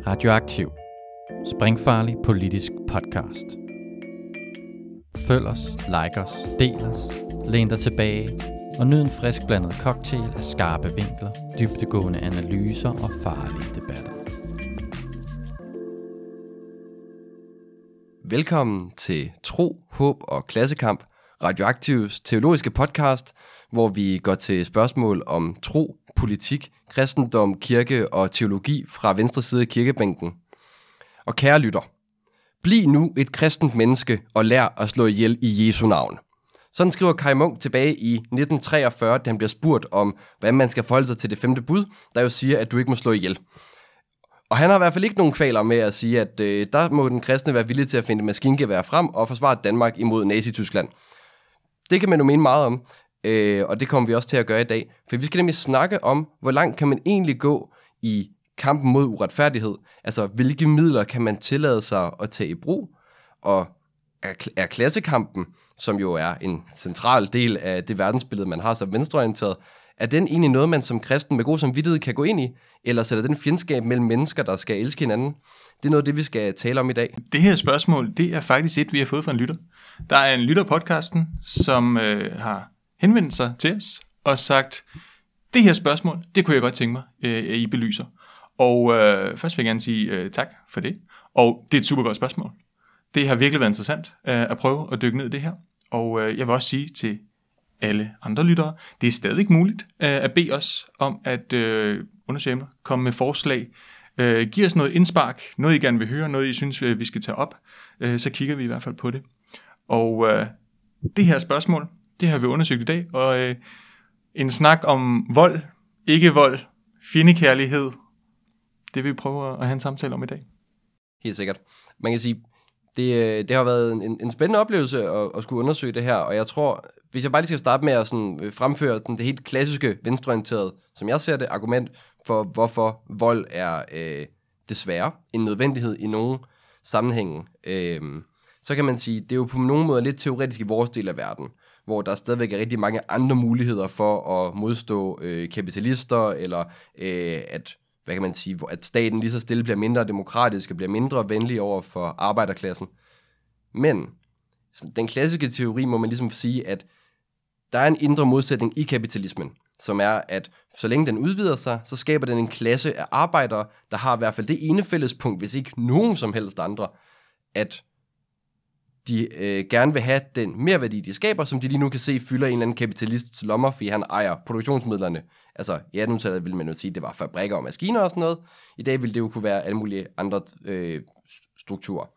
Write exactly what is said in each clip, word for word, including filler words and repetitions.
Radioaktiv. Springfarlig politisk podcast. Følg os, like os, del os, læn dig tilbage og nyd en frisk blandet cocktail af skarpe vinkler, dybdegående analyser og farlige debatter. Velkommen til Tro, Håb og Klassekamp, Radioaktivs teologiske podcast, hvor vi går til spørgsmål om tro, politik, kristendom, kirke og teologi fra venstre side af kirkebænken. Og kære lytter, bliv nu et kristent menneske og lær at slå ihjel i Jesu navn. Sådan skriver Kaj Munk tilbage i nitten treogfyrre, da han bliver spurgt om, hvordan man skal forholde sig til det femte bud, der jo siger, at du ikke må slå ihjel. Og han har i hvert fald ikke nogen kvaler med at sige, at øh, der må den kristne være villig til at finde maskingevær frem og forsvare Danmark imod Nazi-Tyskland. Det kan man jo mene meget om, øh, og det kommer vi også til at gøre i dag. For vi skal nemlig snakke om, hvor langt kan man egentlig gå i kampen mod uretfærdighed. Altså, hvilke midler kan man tillade sig at tage i brug? Og er, er klassekampen, som jo er en central del af det verdensbillede, man har som venstreorienteret, er den egentlig noget, man som kristen med god samvittighed kan gå ind i? Eller sætter den fjendskab mellem mennesker, der skal elske hinanden? Det er noget af det, vi skal tale om i dag. Det her spørgsmål, det er faktisk et, vi har fået fra en lytter. Der er en lytter af podcasten, som øh, har henvendt sig til os og sagt, det her spørgsmål, det kunne jeg godt tænke mig, øh, at I belyser. Og øh, først vil jeg gerne sige øh, tak for det. Og det er et super godt spørgsmål. Det har virkelig været interessant øh, at prøve at dykke ned i det her. Og øh, jeg vil også sige til alle andre lyttere, det er stadig muligt øh, at bede os om at øh, undersøge emner, komme med forslag, øh, give os noget indspark, noget I gerne vil høre, noget I synes øh, vi skal tage op, øh, så kigger vi i hvert fald på det. Og øh, det her spørgsmål, det har vi undersøgt i dag, og øh, en snak om vold, ikke vold, fjendekærlighed, det vil vi prøve at have en samtale om i dag. Helt sikkert. Man kan sige, det, det har været en, en spændende oplevelse at, at skulle undersøge det her, og jeg tror, hvis jeg bare lige skal starte med at sådan fremføre sådan det helt klassiske venstreorienterede, som jeg ser det, argument for, hvorfor vold er øh, desværre en nødvendighed i nogle sammenhænge, øh, så kan man sige, det er jo på nogle måder lidt teoretisk i vores del af verden, hvor der stadigvæk er rigtig mange andre muligheder for at modstå øh, kapitalister, eller øh, at, hvad kan man sige, at staten lige så stille bliver mindre demokratisk og bliver mindre venlig over for arbejderklassen. Men den klassiske teori må man ligesom sige, at der er en indre modsætning i kapitalismen, som er, at så længe den udvider sig, så skaber den en klasse af arbejdere, der har i hvert fald det ene fællespunkt, hvis ikke nogen som helst andre, at de øh, gerne vil have den merværdi, de skaber, som de lige nu kan se fylder en eller anden kapitalists lommer, fordi han ejer produktionsmidlerne. Altså i attenhundredetallet ville man jo sige, at det var fabrikker og maskiner og sådan noget. I dag ville det jo kunne være alle mulige andre øh, strukturer.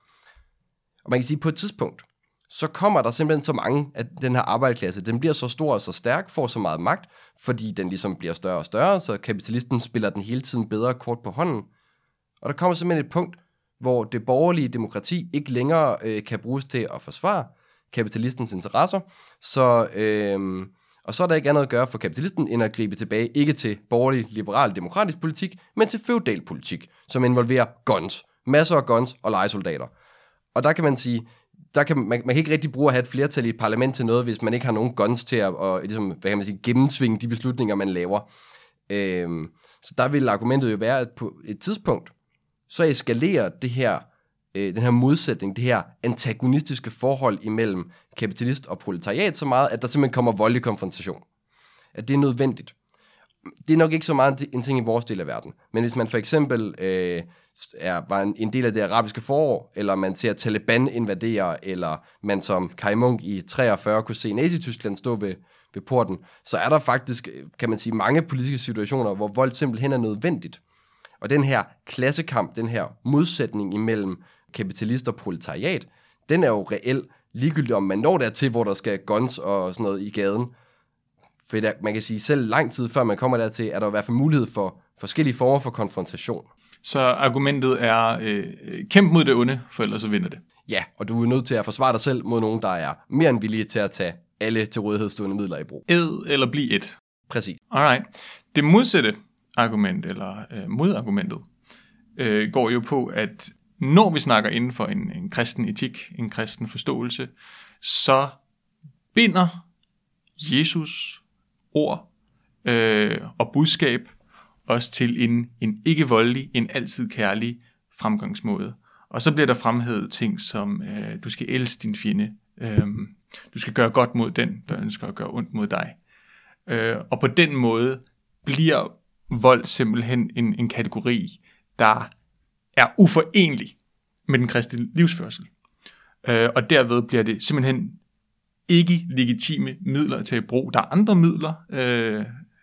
Og man kan sige, at på et tidspunkt, så kommer der simpelthen så mange, at den her arbejderklasse, den bliver så stor og så stærk, får så meget magt, fordi den ligesom bliver større og større, så kapitalisten spiller den hele tiden bedre kort på hånden. Og der kommer simpelthen et punkt, hvor det borgerlige demokrati ikke længere øh, kan bruges til at forsvare kapitalistens interesser, så, øh, og så er der ikke andet at gøre for kapitalisten, end at gribe tilbage, ikke til borgerlig, liberal, demokratisk politik, men til feudal politik, som involverer guns, masser af guns og lejesoldater. Og der kan man sige, der kan, man, man kan ikke rigtig bruge at have et flertal i et parlament til noget, hvis man ikke har nogen guns til at og, ligesom, hvad kan man sige, gennemtvinge de beslutninger, man laver. Øh, så der vil argumentet jo være, at på et tidspunkt, så eskalerer det her, øh, den her modsætning, det her antagonistiske forhold imellem kapitalist og proletariat så meget, at der simpelthen kommer voldelig konfrontation. At det er nødvendigt. Det er nok ikke så meget en ting i vores del af verden, men hvis man for eksempel øh, er, var en, en del af det arabiske forår, eller man ser Taliban invadere, eller man som Kaj Munk i treogfyrre kunne se Nazi-Tyskland stå ved, ved porten, så er der faktisk, kan man sige, mange politiske situationer, hvor vold simpelthen er nødvendigt. Og den her klassekamp, den her modsætning imellem kapitalist og proletariat, den er jo reelt ligegyldigt, om man når dertil, hvor der skal guns og sådan noget i gaden. For der, man kan sige, selv lang tid før man kommer dertil, er der i hvert fald mulighed for forskellige former for konfrontation. Så argumentet er, øh, kæmp mod det onde, for ellers så vinder det. Ja, og du er nødt til at forsvare dig selv mod nogen, der er mere end villige til at tage alle til rådighed stående midler i brug. Ed eller bliv et. Præcis. Alright. Det modsatte argument, eller øh, modargumentet, øh, går jo på, at når vi snakker inden for en, en kristen etik, en kristen forståelse, så binder Jesus ord øh, og budskab os til en, en ikke voldelig, en altid kærlig fremgangsmåde. Og så bliver der fremhævet ting som, øh, du skal elske din fjende, øh, du skal gøre godt mod den, der ønsker at gøre ondt mod dig. Øh, og på den måde bliver vold simpelthen en, en kategori, der er uforenelig med den kristne livsførsel. Øh, og derved bliver det simpelthen ikke legitime midler til at bruge. Der er andre midler. Øh,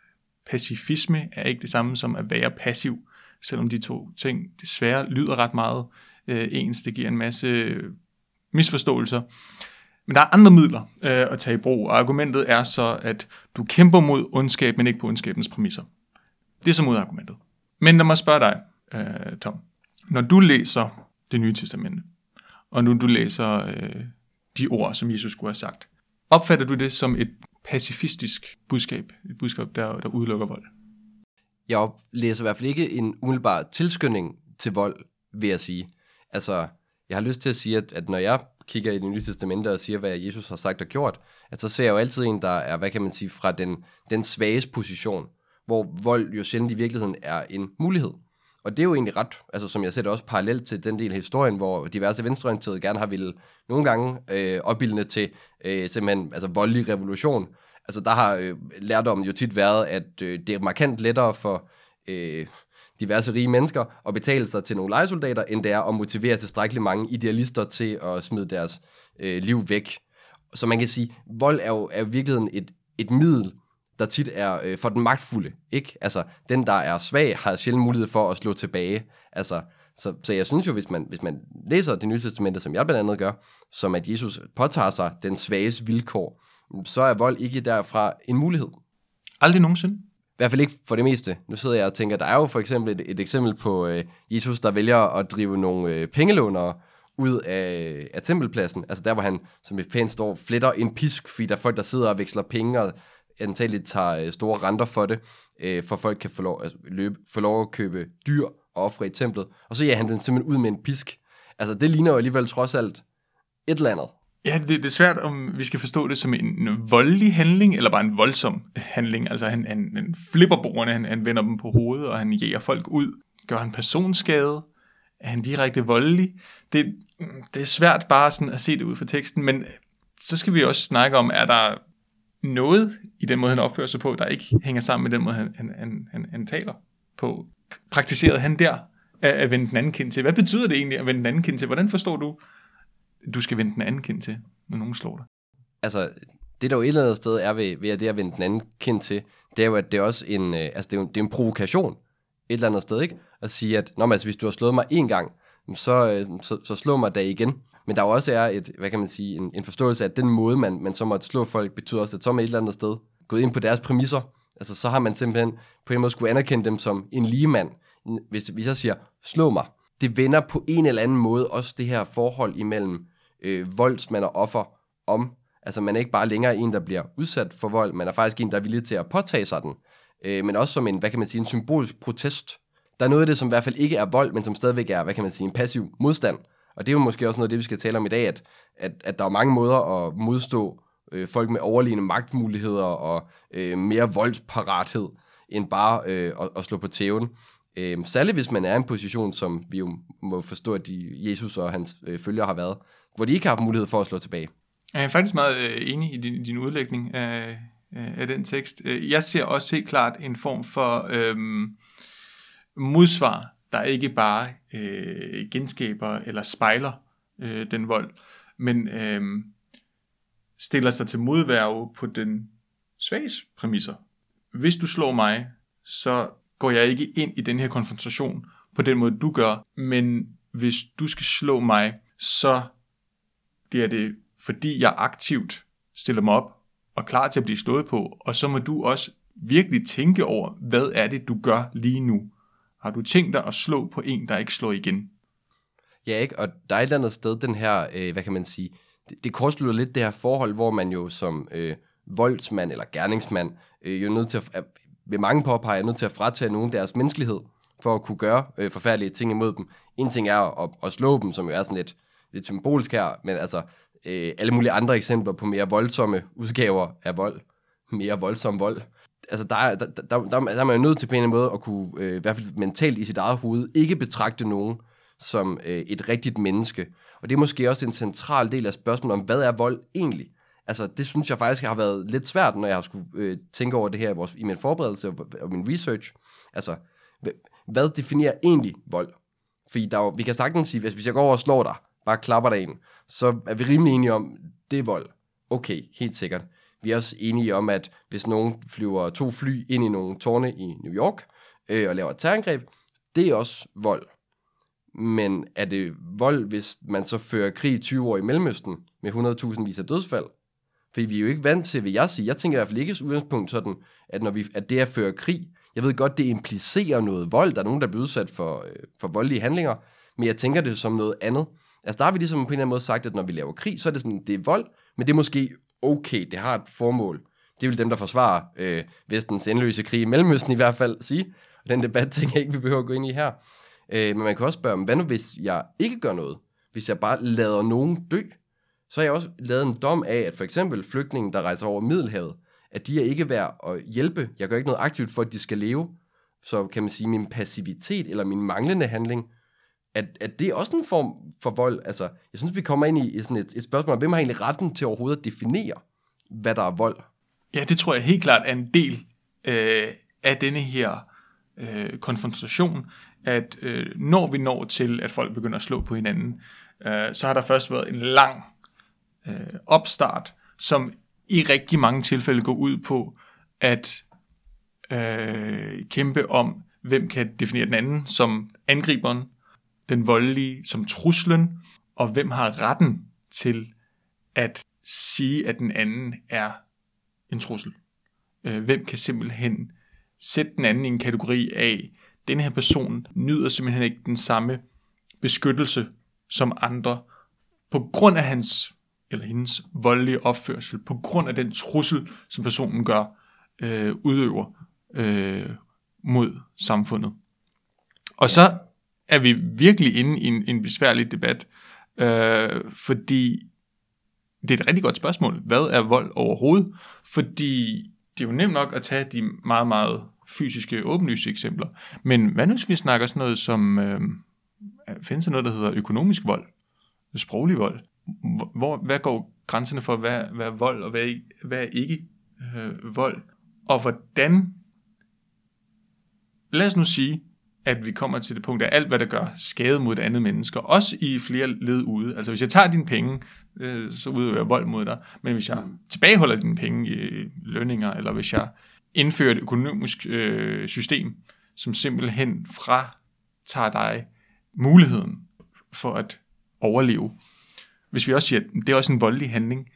pacifisme er ikke det samme som at være passiv, selvom de to ting desværre lyder ret meget øh, ens. Det giver en masse misforståelser. Men der er andre midler øh, at tage i brug, og argumentet er så, at du kæmper mod ondskab, men ikke på ondskabens præmisser. Det er så modargumentet. Men lad mig spørge dig, øh, Tom. Når du læser Det Nye Testamente, og nu du læser øh, de ord, som Jesus skulle have sagt, opfatter du det som et pacifistisk budskab, et budskab, der, der udelukker vold? Jeg læser i hvert fald ikke en umiddelbar tilskynding til vold, vil jeg sige. Altså, jeg har lyst til at sige, at, at når jeg kigger i Det Nye Testamente og siger, hvad Jesus har sagt og gjort, at så ser jeg jo altid en, der er, hvad kan man sige, fra den, den svages position, hvor vold jo sjældent i virkeligheden er en mulighed. Og det er jo egentlig ret, altså som jeg ser det også parallelt til den del af historien, hvor diverse venstreorienterede gerne har ville nogle gange øh, opbildende til øh, simpelthen altså voldelig revolution. Altså der har øh, lærdommen jo tit været, at øh, det er markant lettere for øh, diverse rige mennesker at betale sig til nogle lejesoldater, end det er at motivere tilstrækkeligt mange idealister til at smide deres øh, liv væk. Så man kan sige, vold er jo er i virkeligheden et, et middel, der tit er øh, for den magtfulde, ikke? Altså, den, der er svag, har sjældent mulighed for at slå tilbage. Altså, så, så jeg synes jo, hvis man, hvis man læser Det Nye Testamente, som jeg blandt andet gør, som at Jesus påtager sig den svages vilkår, så er vold ikke derfra en mulighed. Aldrig nogensinde? I hvert fald ikke for det meste. Nu sidder jeg og tænker, der er jo for eksempel et, et eksempel på øh, Jesus, der vælger at drive nogle øh, pengelånere ud af, af tempelpladsen. Altså der, hvor han, som et pænt står, fletter en pisk, fordi der er folk, der sidder og veksler penge og antageligt tager store renter for det, øh, for folk kan få lov, altså, løbe, få lov at købe dyr og ofre i templet. Og så ja, han den simpelthen ud med en pisk. Altså det ligner jo alligevel trods alt et eller andet. Ja, det, det er svært, om vi skal forstå det som en voldelig handling, eller bare en voldsom handling. Altså han, han, han flipper bordene, han, han vender dem på hovedet, og han jæger folk ud. Gør han personskade? Er han direkte voldelig? Det, det er svært bare sådan at se det ud fra teksten, men så skal vi også snakke om, er der noget i den måde, han opfører sig på, der ikke hænger sammen med den måde, han, han, han, han taler på. Praktiserede han der at, at vende den anden kind til? Hvad betyder det egentlig at vende den anden kind til? Hvordan forstår du, du skal vende den anden kind til, når nogen slår dig? Altså, det der jo et eller andet sted er ved, ved at det at vende den anden kind til, det er jo, at det er også en, øh, altså det er, jo, det er en provokation et eller andet sted, ikke? At sige, at når man, altså, hvis du har slået mig en gang, så, øh, så, så slå mig da igen. Men der jo også er et, hvad kan man sige, en, en forståelse af, at den måde, man, man så måtte slå folk, betyder også, at så er man et eller andet sted gået ind på deres præmisser. Altså, så har man simpelthen på en måde skulle anerkende dem som en lige mand. Hvis vi så siger, slå mig. Det vender på en eller anden måde også det her forhold imellem øh, voldsmand og offer om. Altså, man er ikke bare længere en, der bliver udsat for vold, man er faktisk en, der er villig til at påtage sig den. Øh, men også som en, hvad kan man sige, en symbolisk protest. Der er noget af det, som i hvert fald ikke er vold, men som stadigvæk er, hvad kan man sige, en passiv modstand. Og det er jo måske også noget af det, vi skal tale om i dag, at, at, at der er mange måder at modstå øh, folk med overliggende magtmuligheder og øh, mere voldsparathed, end bare øh, at, at slå på tæven. Øh, særligt hvis man er i en position, som vi jo må forstå, at de, Jesus og hans øh, følgere har været, hvor de ikke har haft mulighed for at slå tilbage. Jeg er faktisk meget øh, enig i din, din udlægning af, af den tekst. Jeg ser også helt klart en form for øh, modsvar, der ikke bare øh, genskaber eller spejler øh, den vold, men øh, stiller sig til modværge på den svages præmisser. Hvis du slår mig, så går jeg ikke ind i den her konfrontation på den måde, du gør, men hvis du skal slå mig, så bliver det, fordi jeg aktivt stiller mig op og er klar til at blive slået på, og så må du også virkelig tænke over, hvad er det, du gør lige nu. Har du tænkt dig at slå på en, der ikke slår igen? Ja, ikke? Og der er et eller andet sted, den her, øh, hvad kan man sige, det, det kortslutter lidt det her forhold, hvor man jo som øh, voldsmand eller gerningsmand, øh, jo er nødt til at, ved mange påpeger, er nødt til at fratage nogen deres menneskelighed, for at kunne gøre øh, forfærdelige ting imod dem. En ting er at, at slå dem, som jo er sådan lidt, lidt symbolsk her, men altså øh, alle mulige andre eksempler på mere voldsomme udgaver af vold, mere voldsom vold. Altså, der er, der, der, der, der er man jo nødt til på en måde at kunne, øh, i hvert fald mentalt i sit eget hoved, ikke betragte nogen som øh, et rigtigt menneske. Og det er måske også en central del af spørgsmålet om, hvad er vold egentlig? Altså, det synes jeg faktisk har været lidt svært, når jeg har skulle øh, tænke over det her i, vores, i min forberedelse og, og min research. Altså, hvad definerer egentlig vold? Fordi der er, vi kan sagtens sige, hvis, hvis jeg går over og slår dig, bare klapper dig ind, så er vi rimelig enige om, det er vold. Okay, helt sikkert. Vi er også enige om, at hvis nogen flyver to fly ind i nogle tårne i New York øh, og laver et terrorangreb, det er også vold. Men er det vold, hvis man så fører krig i tyve år i Mellemøsten med hundredtusindvis af dødsfald? Fordi vi er jo ikke vant til, vil jeg sige. Jeg tænker i hvert fald ikke i udgangspunkt sådan, at, når vi, at det at føre krig, jeg ved godt, det implicerer noget vold. Der er nogen, der bliver udsat for, øh, for voldelige handlinger, men jeg tænker det som noget andet. Altså der har vi ligesom på en eller anden måde sagt, at når vi laver krig, så er det sådan, det er vold, men det er måske okay, det har et formål. Det vil dem, der forsvarer øh, vestens endeløse krig i Mellemøsten i hvert fald sige. Og den debat tænker jeg ikke, vi behøver at gå ind i her. Øh, men man kan også spørge, hvad nu hvis jeg ikke gør noget? Hvis jeg bare lader nogen dø? Så har jeg også lavet en dom af, at for eksempel flygtninge, der rejser over Middelhavet, at de er ikke værd at hjælpe. Jeg gør ikke noget aktivt for, at de skal leve. Så kan man sige, min passivitet eller min manglende handling, at, at det er også en form for vold. Altså, jeg synes, vi kommer ind i, i sådan et, et spørgsmål om, hvem har egentlig retten til overhovedet at definere, hvad der er vold? Ja, det tror jeg helt klart er en del øh, af denne her øh, konfrontation, at øh, når vi når til, at folk begynder at slå på hinanden, øh, så har der først været en lang øh, opstart, som i rigtig mange tilfælde går ud på at øh, kæmpe om, hvem kan definere den anden som angriberen, den voldelige som truslen, og hvem har retten til at sige, at den anden er en trussel. Øh, hvem kan simpelthen sætte den anden i en kategori af, den her person nyder simpelthen ikke den samme beskyttelse som andre, på grund af hans eller hendes voldelige opførsel, på grund af den trussel, som personen gør, øh, udøver øh, mod samfundet. Og så er vi virkelig inde i en, en besværlig debat, øh, fordi det er et rigtig godt spørgsmål. Hvad er vold overhovedet? Fordi det er jo nemt nok at tage de meget, meget fysiske, åbenlyse eksempler. Men hvad nu, hvis vi snakker sådan noget som, øh, findes der noget, der hedder økonomisk vold? Sproglig vold? Hvor, hvad går grænserne for, hvad, hvad er vold, og hvad, hvad er ikke øh, vold? Og hvordan, lad os nu sige, at vi kommer til det punkt af alt, hvad der gør skade mod et andet menneske, også i flere led ude. Altså hvis jeg tager dine penge, øh, så udøver jeg vold mod dig, men hvis jeg tilbageholder dine penge i lønninger, eller hvis jeg indfører et økonomisk øh, system, som simpelthen fratager dig muligheden for at overleve. Hvis vi også siger, at det er også en voldelig handling,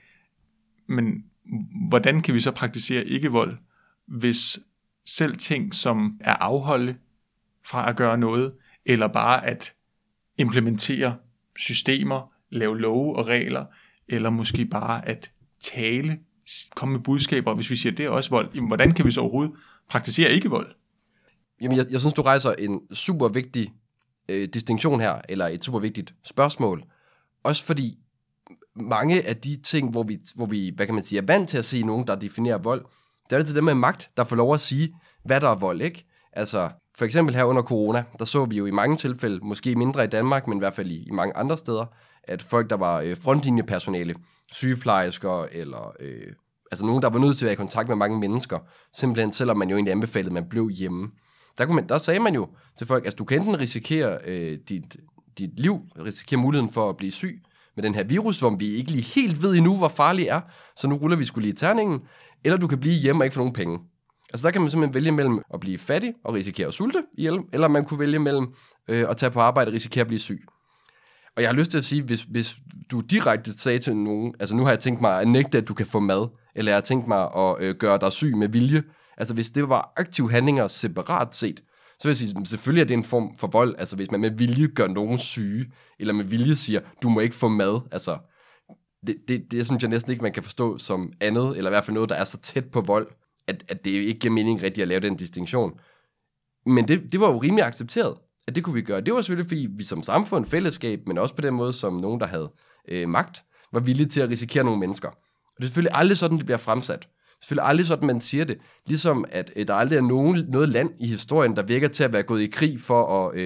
men hvordan kan vi så praktisere ikke-vold, hvis selv ting, som er afholde fra at gøre noget, eller bare at implementere systemer, lave love og regler, eller måske bare at tale, komme med budskaber, hvis vi siger, at det er også vold, jamen, hvordan kan vi så overhovedet praktisere ikke-vold? Jamen, jeg, jeg synes, du rejser en super vigtig øh, distinktion her, eller et super vigtigt spørgsmål. Også fordi mange af de ting, hvor vi, hvor vi, hvad kan man sige, er vant til at se nogen, der definerer vold, det er det til dem med magt, der får lov at sige, hvad der er vold, ikke? Altså, for eksempel her under corona, der så vi jo i mange tilfælde, måske mindre i Danmark, men i hvert fald i, i mange andre steder, at folk, der var øh, frontlinjepersonale, sygeplejersker, eller øh, altså nogen, der var nødt til at være i kontakt med mange mennesker, simpelthen selvom man jo egentlig anbefalede, at man blev hjemme. Der, kunne man, der sagde man jo til folk, at altså, du kan enten risikere øh, dit, dit liv, risikere muligheden for at blive syg med den her virus, hvor vi ikke lige helt ved endnu, hvor farlig er, så nu ruller vi skulle lige i terningen, eller du kan blive hjemme og ikke få nogen penge. Altså der kan man simpelthen vælge mellem at blive fattig og risikere at sulte ihjel, eller man kunne vælge mellem øh, at tage på arbejde og risikere at blive syg. Og jeg har lyst til at sige, hvis, hvis du direkte sagde til nogen, altså nu har jeg tænkt mig at nægte, at du kan få mad, eller jeg har tænkt mig at øh, gøre dig syg med vilje, altså hvis det var aktive handlinger separat set, så vil jeg sige, selvfølgelig er det en form for vold, altså hvis man med vilje gør nogen syge, eller med vilje siger, du må ikke få mad, altså det, det, det synes jeg næsten ikke, man kan forstå som andet, eller i hvert fald noget, der er så tæt på vold, at, at det ikke giver mening rigtigt at lave den distinktion. Men det, det var jo rimelig accepteret, at det kunne vi gøre. Det var selvfølgelig, fordi vi som samfund, fællesskab, men også på den måde, som nogen, der havde øh, magt, var villige til at risikere nogle mennesker. Og det er selvfølgelig aldrig sådan, det bliver fremsat. Det er selvfølgelig aldrig sådan, man siger det. Ligesom at øh, der aldrig er nogen, noget land i historien, der virker til at være gået i krig for at, øh,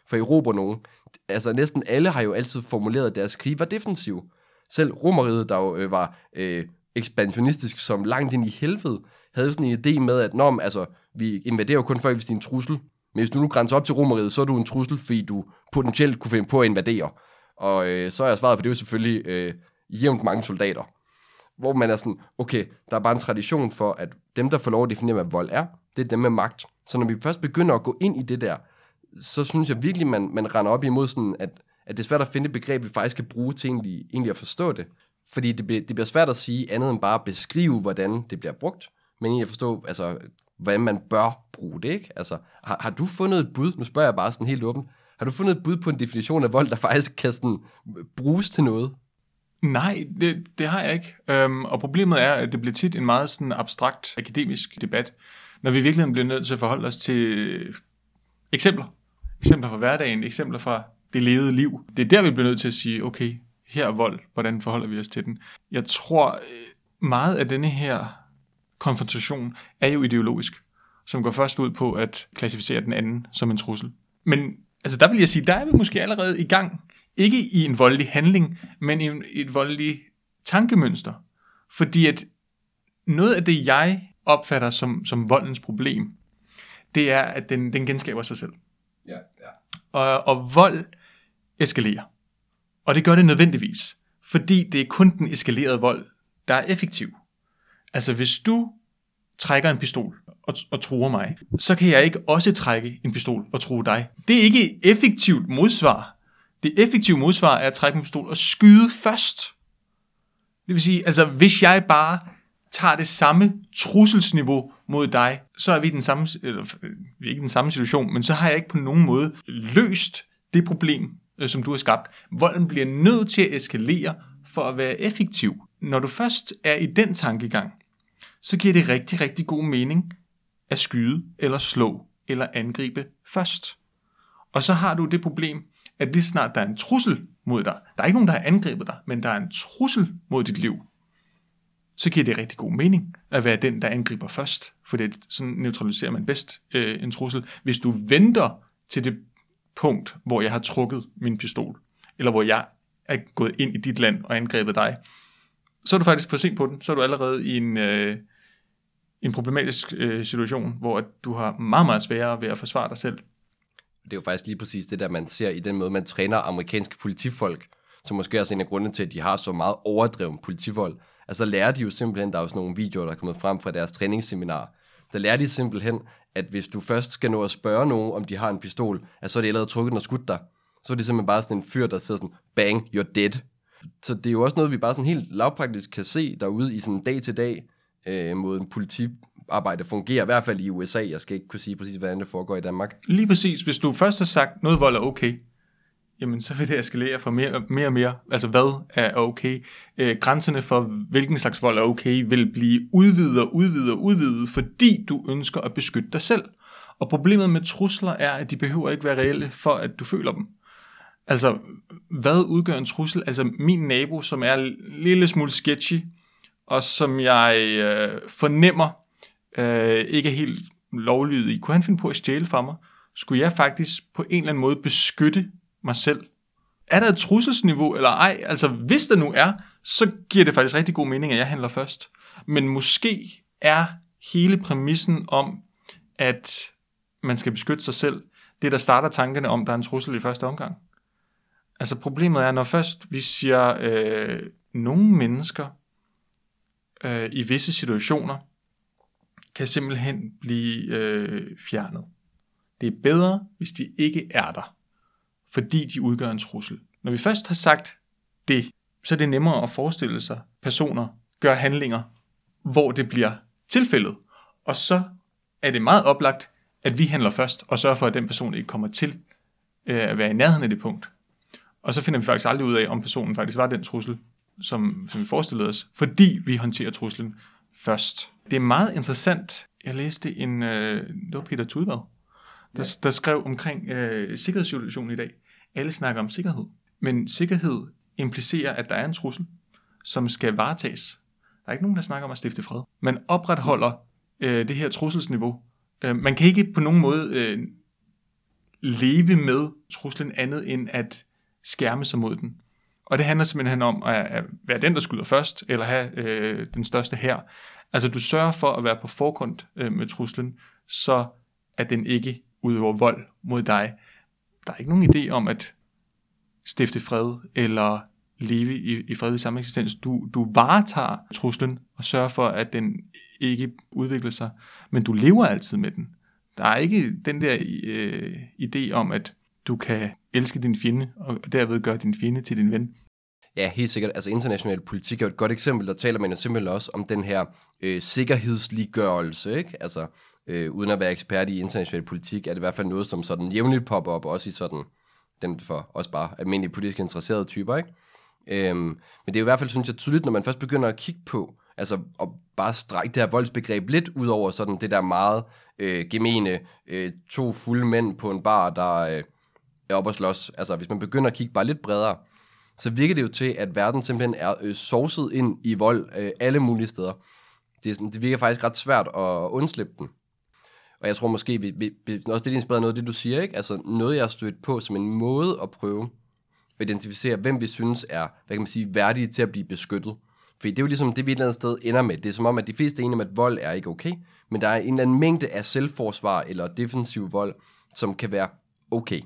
for at erobre nogen. Altså næsten alle har jo altid formuleret deres krig var defensiv. Selv Romeriet, der jo øh, var øh, ekspansionistisk som langt ind i helvede, havde sådan en idé med, at når, altså, vi invaderer jo kun folk, hvis det er en trussel. Men hvis du nu grænser op til Romeriet, så er du en trussel, fordi du potentielt kunne finde på at invadere. Og øh, så er jeg svaret på det jo selvfølgelig øh, jævnt mange soldater. Hvor man er sådan, okay, der er bare en tradition for, at dem, der får lov at definere, hvad vold er, det er dem med magt. Så når vi først begynder at gå ind i det der, så synes jeg virkelig, man, man render op imod sådan, at, at det er svært at finde et begreb, vi faktisk skal bruge til egentlig, egentlig at forstå det. Fordi det, det bliver svært at sige andet end bare at beskrive, hvordan det bliver brugt, men egentlig at forstå, altså, hvordan man bør bruge det, ikke? Altså, har, har du fundet et bud? Nu spørger jeg bare sådan helt åbent. Har du fundet et bud på en definition af vold, der faktisk kan sådan bruges til noget? Nej, det, det har jeg ikke. Øhm, og problemet er, at det bliver tit en meget sådan abstrakt akademisk debat, når vi virkelig bliver nødt til at forholde os til eksempler. Eksempler fra hverdagen, eksempler fra det levede liv. Det er der, vi bliver nødt til at sige, okay, her er vold, hvordan forholder vi os til den? Jeg tror, meget af denne her konfrontation er jo ideologisk, som går først ud på at klassificere den anden som en trussel. Men altså, der vil jeg sige, der er vi måske allerede i gang, ikke i en voldelig handling, men i et voldeligt tankemønster. Fordi at noget af det, jeg opfatter som, som voldens problem, det er, at den, den genskaber sig selv. Ja, ja. Og, og vold eskalerer. Og det gør det nødvendigvis, fordi det er kun den eskalerede vold, der er effektiv. Altså hvis du trækker en pistol og, og truer mig, så kan jeg ikke også trække en pistol og true dig. Det er ikke effektivt modsvar. Det effektive modsvar er at trække en pistol og skyde først. Det vil sige, altså hvis jeg bare tager det samme trusselsniveau mod dig, så er vi i den samme, eller vi er ikke i den samme situation, men så har jeg ikke på nogen måde løst det problem, som du har skabt. Volden bliver nødt til at eskalere for at være effektiv. Når du først er i den tankegang, så giver det rigtig, rigtig god mening at skyde, eller slå, eller angribe først. Og så har du det problem, at lige snart der er en trussel mod dig, der er ikke nogen, der har angrebet dig, men der er en trussel mod dit liv, så giver det rigtig god mening at være den, der angriber først, for det sådan neutraliserer man bedst øh, en trussel. Hvis du venter til det punkt, hvor jeg har trukket min pistol, eller hvor jeg er gået ind i dit land og angrebet dig, så er du faktisk for sent på den. Så er du allerede i en, øh, en problematisk øh, situation, hvor at du har meget, meget sværere ved at forsvare dig selv. Det er jo faktisk lige præcis det der, man ser i den måde, man træner amerikanske politifolk, som måske også er en af grundene til, at de har så meget overdreven politivold. Altså der lærer de jo simpelthen, der er jo sådan nogle videoer, der er kommet frem fra deres træningsseminar, der lærer de simpelthen, at hvis du først skal nå at spørge nogen, om de har en pistol, at så er de allerede trukket den og skudt dig. Så er det simpelthen bare sådan en fyr, der sidder sådan, bang, you're dead. Så det er jo også noget, vi bare sådan helt lavpraktisk kan se derude i sådan dag til dag, øh, måde en politiarbejde fungerer, i hvert fald i U S A. Jeg skal ikke kunne sige præcis, hvordan det foregår i Danmark. Lige præcis. Hvis du først har sagt, noget vold er okay, jamen så vil det eskalere for mere, mere og mere. Altså hvad er okay? Øh, grænserne for, hvilken slags vold er okay, vil blive udvidet og udvidet og udvidet, fordi du ønsker at beskytte dig selv. Og problemet med trusler er, at de behøver ikke være reelle, for at du føler dem. Altså, hvad udgør en trussel? Altså, min nabo, som er en lille smule sketchy, og som jeg øh, fornemmer øh, ikke er helt lovlydig, kunne han finde på at stjæle fra mig? Skulle jeg faktisk på en eller anden måde beskytte mig selv? Er der et trusselsniveau, eller ej? Altså, hvis der nu er, så giver det faktisk rigtig god mening, at jeg handler først. Men måske er hele præmissen om, at man skal beskytte sig selv, det der starter tankerne om, der er en trussel i første omgang. Altså problemet er, når først vi siger, øh, nogle mennesker øh, i visse situationer kan simpelthen blive øh, fjernet. Det er bedre, hvis de ikke er der, fordi de udgør en trussel. Når vi først har sagt det, så er det nemmere at forestille sig, personer gør handlinger, hvor det bliver tilfældet. Og så er det meget oplagt, at vi handler først, og sørger for, at den person ikke kommer til øh, at være i nærheden af det punkt. Og så finder vi faktisk aldrig ud af, om personen faktisk var den trussel, som, som vi forestillede os, fordi vi håndterer truslen først. Det er meget interessant. Jeg læste en, øh, det var Peter Tudvad, der, ja. der skrev omkring øh, sikkerhedssituationen i dag. Alle snakker om sikkerhed, men sikkerhed implicerer, at der er en trussel, som skal varetages. Der er ikke nogen, der snakker om at stifte fred. Man opretholder øh, det her trusselsniveau. Øh, man kan ikke på nogen måde øh, leve med truslen andet end at skærme sig mod den. Og det handler simpelthen om at, at være den, der skyder først, eller have øh, den største hær. Altså du sørger for at være på forgrund øh, med truslen, så at den ikke udøver vold mod dig. Der er ikke nogen idé om at stifte fred, eller leve i, i fredelig sameksistens. Du, du varetager truslen, og sørger for, at den ikke udvikler sig, men du lever altid med den. Der er ikke den der øh, idé om, at du kan elske din fjende, og derved gøre din fjende til din ven. Ja, helt sikkert. Altså international politik er jo et godt eksempel, der taler man jo simpelthen også om den her øh, sikkerhedsliggørelse, ikke? Altså, øh, uden at være ekspert i international politik, er det i hvert fald noget, som sådan jævnligt popper op, også i sådan, dem for også bare almindelige politisk interesserede typer, ikke? Øhm, men det er jo i hvert fald, synes jeg, tydeligt, når man først begynder at kigge på, altså at bare strække det her voldsbegreb lidt ud over sådan det der meget øh, gemene, øh, to fulde mænd på en bar, der øh, er oppe at slås. Altså hvis man begynder at kigge bare lidt bredere, så virker det jo til, at verden simpelthen er øh, sovset ind i vold øh, alle mulige steder. Det, er sådan, det virker faktisk ret svært at undslippe den. Og jeg tror måske, vi, vi, vi, også det er inspireret noget af det, du siger, ikke? Altså noget, jeg har stødt på som en måde at prøve at identificere, hvem vi synes er, hvad kan man sige, værdige til at blive beskyttet. Fordi det er jo ligesom det, vi et eller andet sted ender med. Det er som om, at de fleste er enige om, at vold er ikke okay, men der er en eller anden mængde af selvforsvar eller defensiv vold, som kan være okay.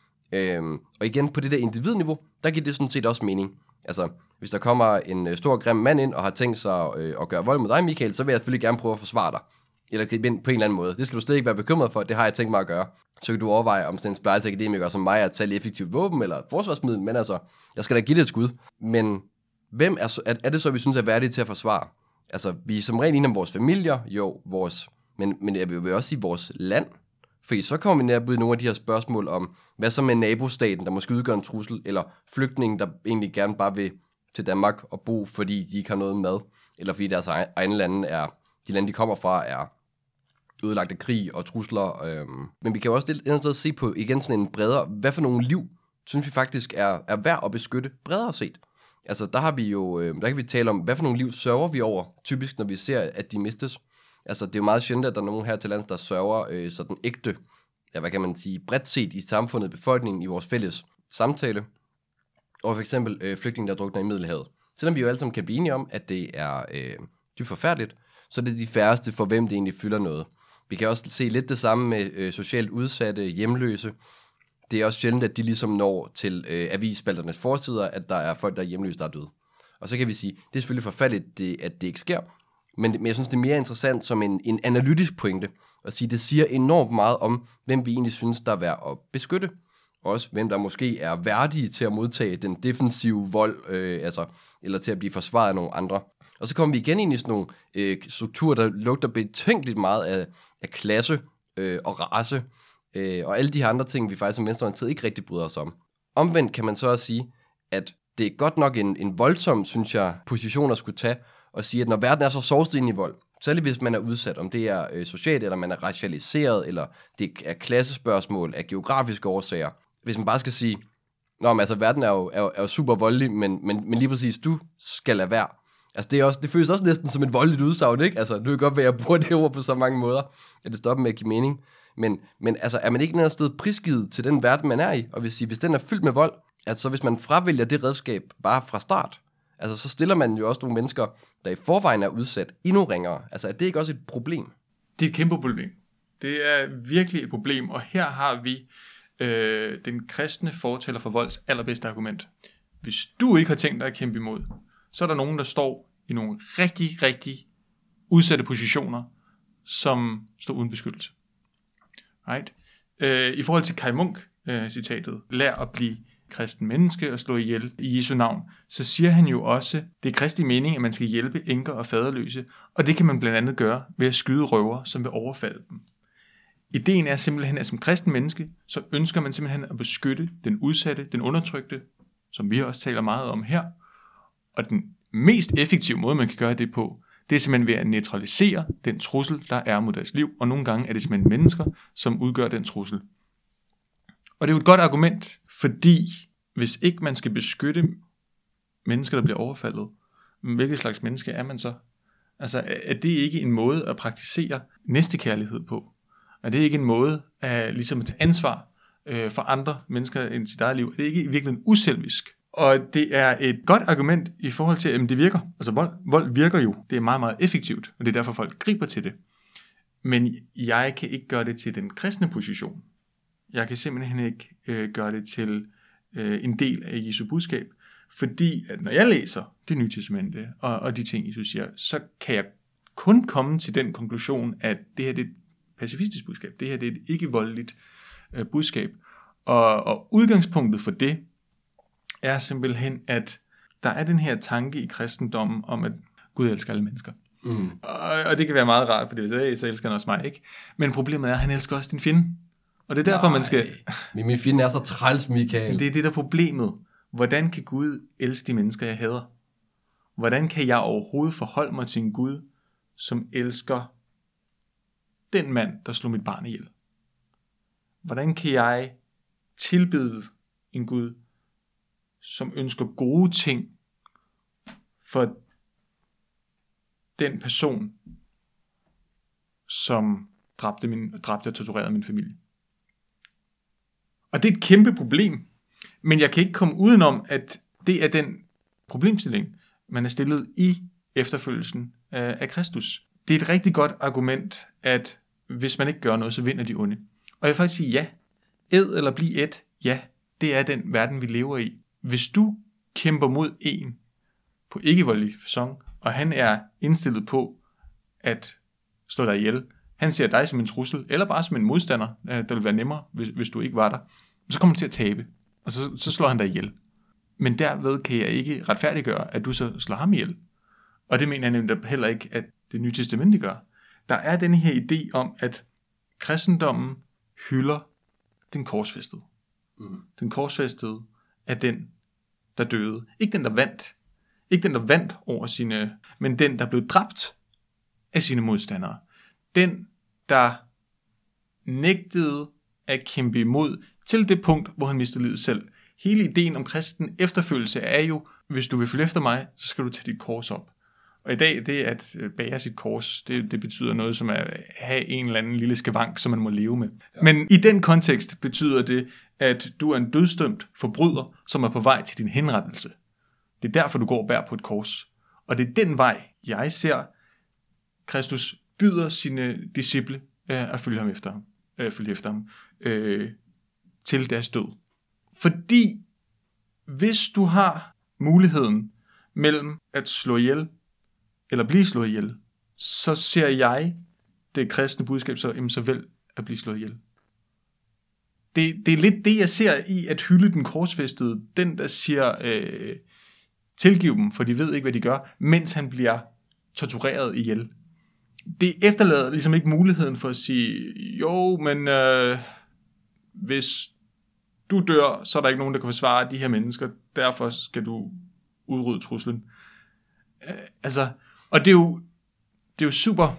Øhm, og igen, på det der individniveau, der giver det sådan set også mening. Altså, hvis der kommer en stor grim mand ind og har tænkt sig øh, at gøre vold mod dig, Michael, så vil jeg selvfølgelig gerne prøve at forsvare dig. Eller gribe ind på en eller anden måde. Det skal du stadig ikke være bekymret for, det har jeg tænkt mig at gøre. Så kan du overveje, om sådan en splejseakademiker som mig er et særligt effektivt våben eller et forsvarsmiddel, men altså, jeg skal da give det et skud. Men hvem er, så, er, er det så, vi synes er værdige til at forsvare? Altså, vi er som regel enige om vores familier, jo, vores, men, men jeg vil også sige vores land. Fordi så kommer vi ned i nogle af de her spørgsmål om, hvad så med nabostaten, der måske udgør en trussel, eller flygtninge, der egentlig gerne bare vil til Danmark og bo, fordi de ikke har noget mad, eller fordi deres egne lande er, de lande, de kommer fra, er ødelagt af krig og trusler. Øhm. Men vi kan jo også et eller andet sted se på igen sådan en bredere, hvad for nogle liv, synes vi faktisk er, er værd at beskytte bredere set. Altså der har vi jo, øh, der kan vi tale om, hvad for nogle liv sørger vi over, typisk når vi ser, at de mistes. Altså det er jo meget sjældent, at der er nogen her til lands, der sørger øh, sådan ægte, ja hvad kan man sige, bredt set i samfundet, befolkningen, i vores fælles samtale. Og for eksempel øh, flygtninge, der drukner i Middelhavet. Selvom vi jo alle sammen kan blive enige om, at det er øh, dybt forfærdeligt, så er det de færreste, for hvem det egentlig fylder noget. Vi kan også se lidt det samme med øh, socialt udsatte, hjemløse. Det er også sjældent, at de ligesom når til øh, avisspalternes forsider, at der er folk, der er hjemløse, der er døde. Og så kan vi sige, det er selvfølgelig forfærdeligt, det, at det ikke sker. Men, men jeg synes, det er mere interessant som en, en analytisk pointe, at sige, det siger enormt meget om, hvem vi egentlig synes, der er værd at beskytte. Også hvem der måske er værdige til at modtage den defensive vold, øh, altså, eller til at blive forsvaret af nogle andre. Og så kommer vi igen ind i sådan nogle øh, strukturer, der lugter betænkeligt meget af, af klasse øh, og race, øh, og alle de her andre ting, vi faktisk som venstreorienteret ikke rigtig bryder os om. Omvendt kan man så også sige, at det er godt nok en, en voldsom, synes jeg, position at skulle tage, og sige, at når verden er så sovset ind i vold, særligt hvis man er udsat, om det er øh, socialt, eller man er racialiseret, eller det er klassespørgsmål af geografiske årsager. Hvis man bare skal sige, nå, men altså verden er jo, er jo, er jo super voldelig, men, men, men lige præcis, du skal lade være. Altså det, er også, det føles også næsten som et voldeligt udsagn, ikke? Altså nu kan godt være, at jeg bruger det ord på så mange måder, at det stopper med at give mening. Men, men altså er man ikke noget sted prisgivet til den verden, man er i? Og hvis, hvis den er fyldt med vold, altså hvis man fravælger det redskab bare fra start, altså så stiller man jo også nogle mennesker, der i forvejen er udsat, endnu ringere. Altså er det ikke også et problem? Det er et kæmpe problem. Det er virkelig et problem, og her har vi øh, den kristne fortæller for volds allerbedste argument. Hvis du ikke har tænkt dig at kæmpe imod, så er der nogen, der står i nogle rigtig, rigtig udsatte positioner, som står uden beskyttelse. Right? Øh, I forhold til Kai Munk, øh, citatet, lær at blive kristen menneske og slå ihjel i Jesu navn, så siger han jo også, det er kristi mening, at man skal hjælpe enker og faderløse, og det kan man blandt andet gøre ved at skyde røver, som vil overfalde dem. Ideen er simpelthen, at som kristen menneske, så ønsker man simpelthen at beskytte den udsatte, den undertrykte, som vi også taler meget om her, og den mest effektive måde, man kan gøre det på, det er simpelthen ved at neutralisere den trussel, der er mod deres liv, og nogle gange er det simpelthen mennesker, som udgør den trussel. Og det er jo et godt argument, fordi hvis ikke man skal beskytte mennesker, der bliver overfaldet, hvilket slags menneske er man så? Altså er det ikke en måde at praktisere næstekærlighed på? Er det ikke en måde at, ligesom at tage ansvar øh, for andre mennesker end sit eget liv. Det er ikke i virkeligheden uselvisk. Og det er et godt argument i forhold til, at det virker. Altså vold, vold virker jo. Det er meget, meget effektivt, og det er derfor folk griber til det. Men jeg kan ikke gøre det til den kristne position. Jeg kan simpelthen ikke øh, gøre det til øh, en del af Jesu budskab. Fordi at når jeg læser det nye testamente og, og de ting, Jesus siger, så kan jeg kun komme til den konklusion, at det her det er et pacifistisk budskab. Det her det er et ikke-voldeligt øh, budskab. Og, og udgangspunktet for det er simpelthen, at der er den her tanke i kristendommen om, at Gud elsker alle mennesker. Mm. Og, og det kan være meget rart, for hvis jeg så elsker han også mig, ikke? Men problemet er, at han elsker også din fjende. Og det er derfor, Nej, man skal... Men min fjende er så træls, Michael. Det er det, der er problemet. Hvordan kan Gud elske de mennesker, jeg hader? Hvordan kan jeg overhovedet forholde mig til en Gud, som elsker den mand, der slog mit barn ihjel? Hvordan kan jeg tilbede en Gud, som ønsker gode ting for den person, som dræbte, min, dræbte og torturerede min familie? Og det er et kæmpe problem, men jeg kan ikke komme udenom, at det er den problemstilling, man er stillet i efterfølgelsen af, af Kristus. Det er et rigtig godt argument, at hvis man ikke gør noget, så vinder de onde. Og jeg vil faktisk sige ja. Æd eller bliv et, ja, det er den verden, vi lever i. Hvis du kæmper mod en på ikke-voldelig facon, og han er indstillet på at slå dig ihjel, han ser dig som en trussel, eller bare som en modstander, der vil være nemmere, hvis, hvis du ikke var der, så kommer du til at tabe, og så, så slår han dig ihjel. Men derved kan jeg ikke retfærdiggøre, at du så slår ham ihjel. Og det mener jeg nemlig heller ikke, at det nye testamente gør. Der er den her idé om, at kristendommen hylder den korsfæstede. Mm. Den korsfæstede er den, der døde. Ikke den, der vandt. Ikke den, der vandt over sine, men den, der blev dræbt af sine modstandere. Den, der nægtede at kæmpe imod til det punkt, hvor han mistede livet selv. Hele ideen om kristen efterfølgelse er jo, hvis du vil følge efter mig, så skal du tage dit kors op. Og i dag, det at bære sit kors, det, det betyder noget som at have en eller anden lille skavank, som man må leve med. Ja. Men i den kontekst betyder det, at du er en dødsdømt forbryder, som er på vej til din henrettelse. Det er derfor, du går og bærer på et kors. Og det er den vej, jeg ser, Kristus byder sine disciple øh, at følge ham efter ham, øh, følge efter ham øh, til deres død. Fordi hvis du har muligheden mellem at slå ihjel eller blive slået ihjel, så ser jeg det kristne budskab så, jamen, så vel at blive slået ihjel. Det, det er lidt det, jeg ser i at hylde den korsfæstede, den der siger, øh, tilgiv dem, for de ved ikke, hvad de gør, mens han bliver tortureret ihjel. Det efterlader ligesom ikke muligheden for at sige, jo, men øh, hvis du dør, så er der ikke nogen, der kan forsvare de her mennesker, derfor skal du udrydde truslen. Øh, altså, og det er jo, det er jo super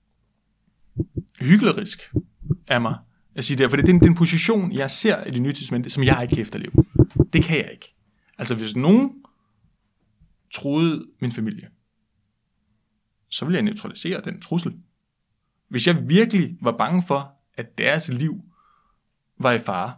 hyklerisk af mig at sige det, for det er den position, jeg ser i det nye testamente, som jeg ikke kan efterleve. Det kan jeg ikke. Altså, hvis nogen troede min familie, så ville jeg neutralisere den trussel. Hvis jeg virkelig var bange for, at deres liv var i fare,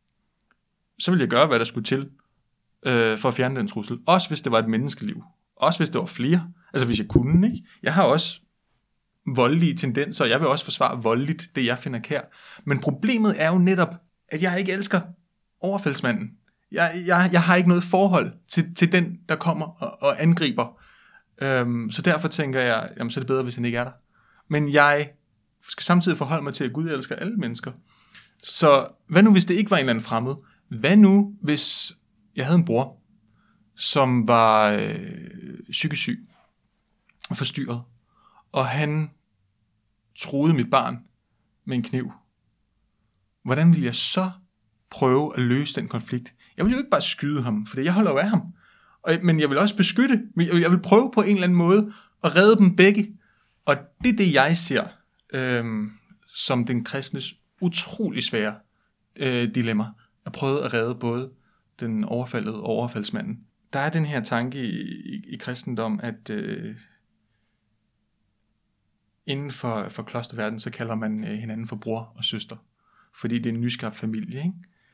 så ville jeg gøre, hvad der skulle til øh, for at fjerne den trussel. Også hvis det var et menneskeliv. Også hvis det var flere. Altså hvis jeg kunne, ikke? Jeg har også voldelige tendenser, og jeg vil også forsvare voldeligt det, jeg finder kær. Men problemet er jo netop, at jeg ikke elsker overfaldsmanden. Jeg, jeg, jeg har ikke noget forhold til, til den, der kommer og, og angriber. Øhm, så derfor tænker jeg, jamen så er det bedre, hvis han ikke er der. Men jeg skal samtidig forholde mig til, at Gud elsker alle mennesker. Så hvad nu, hvis det ikke var en eller anden fremmed? Hvad nu, hvis jeg havde en bror, som var øh, psykisk syg og forstyrret, og han truede mit barn med en kniv? Hvordan ville jeg så prøve at løse den konflikt? Jeg vil jo ikke bare skyde ham, for jeg holder jo af ham. Og, men jeg vil også beskytte. Jeg vil prøve på en eller anden måde at redde dem begge. Og det er det, jeg ser øh, som den kristnes utrolig svære øh, dilemma. At prøve at redde både den overfaldede og overfaldsmanden. Der er den her tanke i, i, i kristendom, at øh, inden for, for klosterverden, så kalder man øh, hinanden for bror og søster. Fordi det er en nyskabt familie, ikke?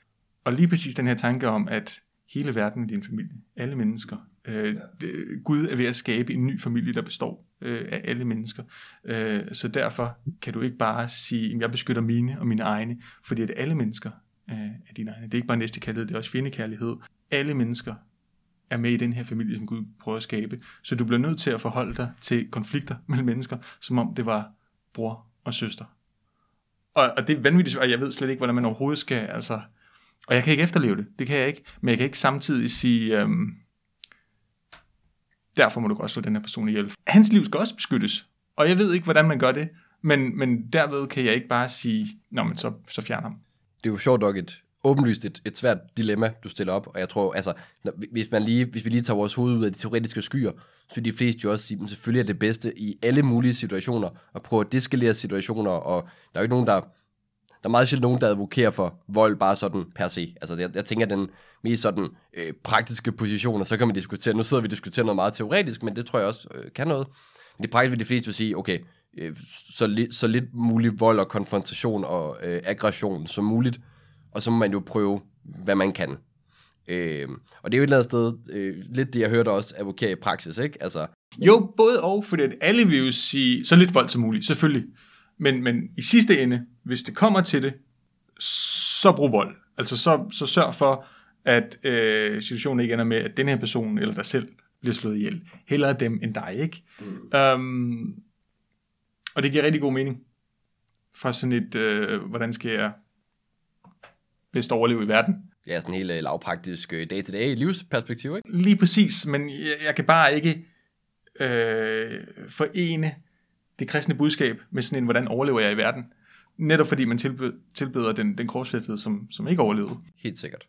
Og lige præcis den her tanke om, at hele verden er din familie, alle mennesker. Øh, ja. Gud er ved at skabe en ny familie, der består øh, af alle mennesker. Øh, så derfor kan du ikke bare sige, at jeg beskytter mine og mine egne, fordi at alle mennesker øh, er dine egne. Det er ikke bare næstekærlighed, det er også fjendekærlighed. Alle mennesker er med i den her familie, som Gud prøver at skabe. Så du bliver nødt til at forholde dig til konflikter mellem mennesker, som om det var bror og søster. Og, og det er vanvittigt, og jeg ved slet ikke, hvordan man overhovedet skal, altså, og jeg kan ikke efterleve det, det kan jeg ikke, men jeg kan ikke samtidig sige, øhm, derfor må du godt slå den her person ihjel. Hans liv skal også beskyttes, og jeg ved ikke, hvordan man gør det, men, men derved kan jeg ikke bare sige, nå, men så, så fjern ham. Det er jo sjovt nok et åbenlyst et, et svært dilemma, du stiller op, og jeg tror, altså, når, hvis, man lige, hvis vi lige tager vores hoved ud af de teoretiske skyer, så vil de fleste jo også sige, at selvfølgelig er det bedste i alle mulige situationer, at prøve at deskalere situationer, og der er jo ikke nogen, der, der er meget sjældent nogen, der advokerer for vold bare sådan per se. Altså, jeg, jeg tænker, den mest sådan øh, praktiske position, og så kan man diskutere, nu sidder vi og diskuterer noget meget teoretisk, men det tror jeg også øh, kan noget. Men det praktiske vil de fleste vil sige, okay, øh, så, li, så lidt mulig vold og konfrontation og øh, aggression som muligt, og så må man jo prøve, hvad man kan. Øh, og det er jo et eller andet sted, øh, lidt det jeg hørte også advokere i praksis, ikke? Altså, jo, både og, fordi at alle vil jo sige, så lidt vold som muligt, selvfølgelig. Men, men i sidste ende, hvis det kommer til det, så brug vold. Altså så, så sørg for, at øh, situationen ikke ender med, at den her person eller dig selv bliver slået ihjel. Hellere dem end dig, ikke? Mm. Um, og det giver rigtig god mening. For sådan et, øh, hvordan skal jeg bedst overleve i verden? Ja, sådan en helt lavpraktisk day-to-day livsperspektiv, ikke? Lige præcis, men jeg, jeg kan bare ikke øh, forene det kristne budskab med sådan en, hvordan overlever jeg i verden? Netop fordi man tilbeder, tilbeder den, den korsfæstede, som, som ikke overlevede. Helt sikkert.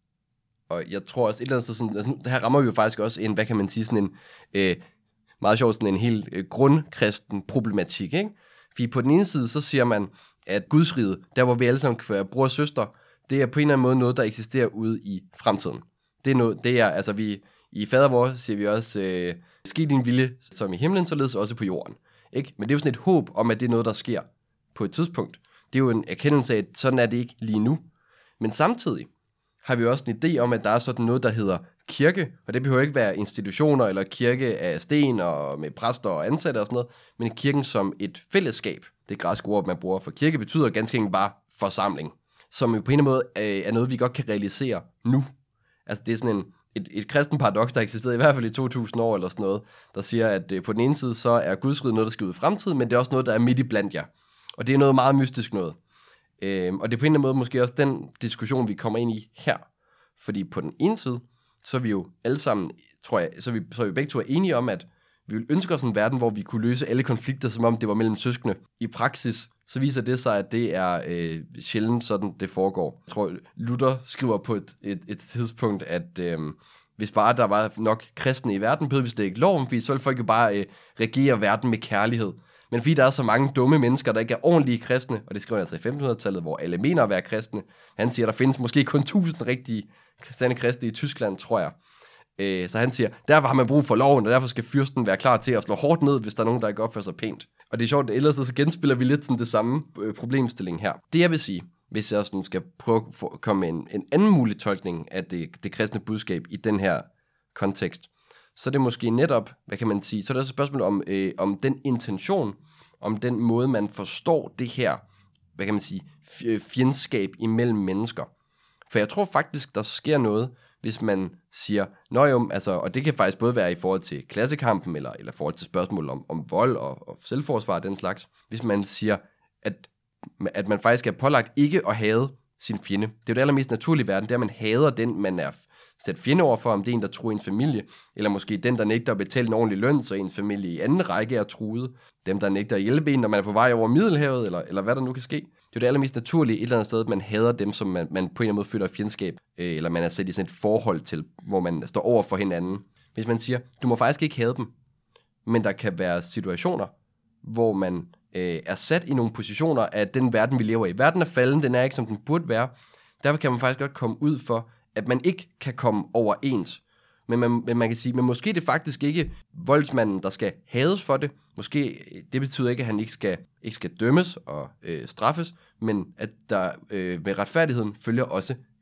Og jeg tror også et eller andet sted, sådan, altså, her rammer vi jo faktisk også en, hvad kan man sige, sådan en, øh, meget sjovt, sådan en helt øh, grundkristen problematik, ikke? Fordi på den ene side, så siger man, at Gudsriget, der hvor vi alle sammen kan være bror og søster, det er på en eller anden måde noget, der eksisterer ude i fremtiden. Det er noget, det er, altså vi, i fader vor siger vi også, øh, ske din vilje, som i himlen, således også på jorden. Ikke? Men det er jo sådan et håb om, at det er noget, der sker på et tidspunkt. Det er jo en erkendelse af, at sådan er det ikke lige nu. Men samtidig har vi også en idé om, at der er sådan noget, der hedder kirke, og det behøver ikke være institutioner eller kirke af sten og med præster og ansatte og sådan noget, men kirken som et fællesskab. Det græske ord, man bruger for kirke, betyder ganske enkelt bare forsamling, som jo på en eller anden måde er noget, vi godt kan realisere nu. Altså det er sådan en, et, et kristen paradoks, der eksisterer i hvert fald i to tusind år eller sådan noget, der siger, at på den ene side, så er Guds rige noget, der skal ud i fremtiden, men det er også noget, der er midt i blandt jer. Og det er noget meget mystisk noget. Øhm, og det er på en eller anden måde måske også den diskussion, vi kommer ind i her. Fordi på den ene side, så er vi jo alle sammen, tror jeg, så er vi, så er vi begge to er enige om, at vi vil ønske os en verden, hvor vi kunne løse alle konflikter, som om det var mellem søskende. I praksis, så viser det sig, at det er øh, sjældent sådan, det foregår. Jeg tror, Luther skriver på et, et, et tidspunkt, at øh, hvis bare der var nok kristne i verden, behøvede vi det ikke loven, fordi så ville folk jo bare øh, regere verden med kærlighed. Men fordi der er så mange dumme mennesker, der ikke er ordentlige kristne, og det skriver han altså i femtenhundredetallet, hvor alle mener at være kristne. Han siger, at der findes måske kun tusind rigtige kristne kristne i Tyskland, tror jeg. Øh, så han siger, derfor har man brug for loven, og derfor skal fyrsten være klar til at slå hårdt ned, hvis der er nogen, der ikke opfører sig pænt. Og det er sjovt, at ellers så genspiller vi lidt sådan det samme øh, problemstilling her. Det jeg vil sige, hvis jeg sådan skal prøve at komme med en, en anden mulig tolkning af det, det kristne budskab i den her kontekst, så er det måske netop, hvad kan man sige, så er det også et spørgsmål om, øh, om den intention, om den måde, man forstår det her, hvad kan man sige, fjendskab imellem mennesker. For jeg tror faktisk, der sker noget, hvis man siger, nå jo, altså, og det kan faktisk både være i forhold til klassekampen, eller, eller i forhold til spørgsmål om, om vold og, og selvforsvar og den slags, hvis man siger, at, at man faktisk er pålagt ikke at hade sin fjende. Det er jo det allermest naturlige i verden, det er, at man hader den, man er sat fjende over for, om det er en, der truer en familie, eller måske den, der nægter at betale en ordentlig løn, så en familie i anden række er truet, dem, der nægter at hjælpe en, når man er på vej over Middelhavet, eller, eller hvad der nu kan ske. Det er det allermest naturlige et eller andet sted, at man hader dem, som man, man på en eller anden måde føler fjendskab, øh, eller man er sat i sådan et forhold til, hvor man står over for hinanden. Hvis man siger, du må faktisk ikke hade dem, men der kan være situationer, hvor man øh, er sat i nogle positioner af den verden, vi lever i. Verden er falden, den er ikke, som den burde være. Derfor kan man faktisk godt komme ud for, at man ikke kan komme overens. Men man, men man kan sige, men måske er det faktisk ikke voldsmanden, der skal hades for det. Måske, det betyder ikke, at han ikke skal, ikke skal dømmes og øh, straffes, men at der øh, med retfærdigheden følger også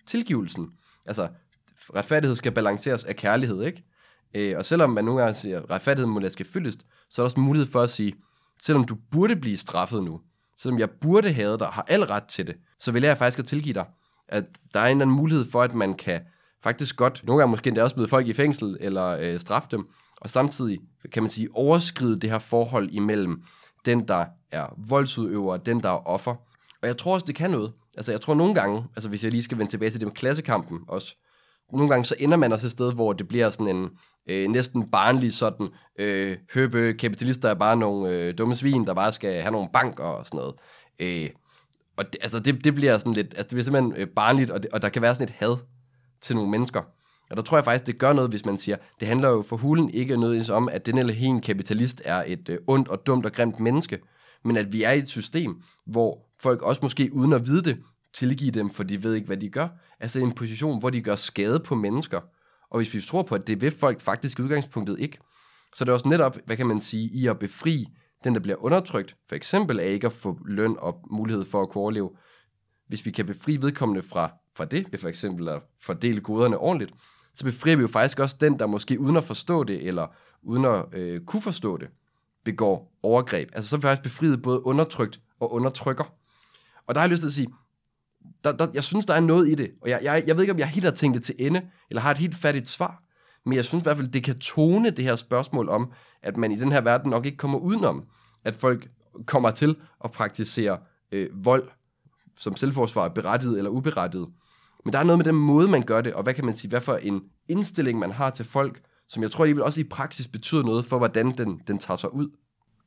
tilgivelsen. Altså, retfærdighed skal balanceres af kærlighed, ikke? Øh, og selvom man nogle gange siger, at retfærdigheden må lade ske fyldest, så er der også en mulighed for at sige, selvom du burde blive straffet nu, selvom jeg burde have dig, har al ret til det, så vil jeg faktisk at tilgive dig. At der er en eller anden mulighed for, at man kan faktisk godt, nogle gange måske endda også smide folk i fængsel, eller øh, straffe dem, og samtidig, kan man sige, overskride det her forhold imellem den, der er voldsudøver, og den, der er offer. Og jeg tror også, det kan noget. Altså, jeg tror nogle gange, altså hvis jeg lige skal vende tilbage til det med klassekampen også, nogle gange så ender man også et sted, hvor det bliver sådan en øh, næsten barnlig sådan, øh, høbe kapitalister er bare nogle øh, dumme svin, der bare skal have nogle banker og sådan noget. Øh, og det, altså det, det bliver sådan lidt, altså det bliver simpelthen øh, barnligt, og, det, og der kan være sådan et had til nogle mennesker. Og der tror jeg faktisk, det gør noget, hvis man siger, det handler jo for hulen ikke nødvendigvis om, at den eller hen kapitalist er et øh, ondt og dumt og grimt menneske, men at vi er i et system, hvor folk også måske uden at vide det, tilgive dem, for de ved ikke, hvad de gør. Altså en position, hvor de gør skade på mennesker. Og hvis vi tror på, at det vil folk faktisk i udgangspunktet ikke, så er det også netop, hvad kan man sige, i at befri den, der bliver undertrykt, for eksempel af ikke at få løn og mulighed for at kunne overleve. Hvis vi kan befri vedkommende fra, fra det, ved for eksempel at fordele goderne ordentligt, så befrier vi jo faktisk også den, der måske uden at forstå det, eller uden at øh, kunne forstå det, begår overgreb. Altså så er vi faktisk befriet både undertrykt og undertrykker. Og der har jeg lyst til at sige, Der, der, jeg synes, der er noget i det, og jeg, jeg, jeg ved ikke, om jeg helt har tænkt det til ende, eller har et helt fattigt svar, men jeg synes i hvert fald, det kan tone det her spørgsmål om, at man i den her verden nok ikke kommer udenom, at folk kommer til at praktisere øh, vold, som selvforsvar er berettiget eller uberettiget. Men der er noget med den måde, man gør det, og hvad kan man sige, hvad for en indstilling, man har til folk, som jeg tror, det vil også i praksis betyder noget for, hvordan den, den tager sig ud.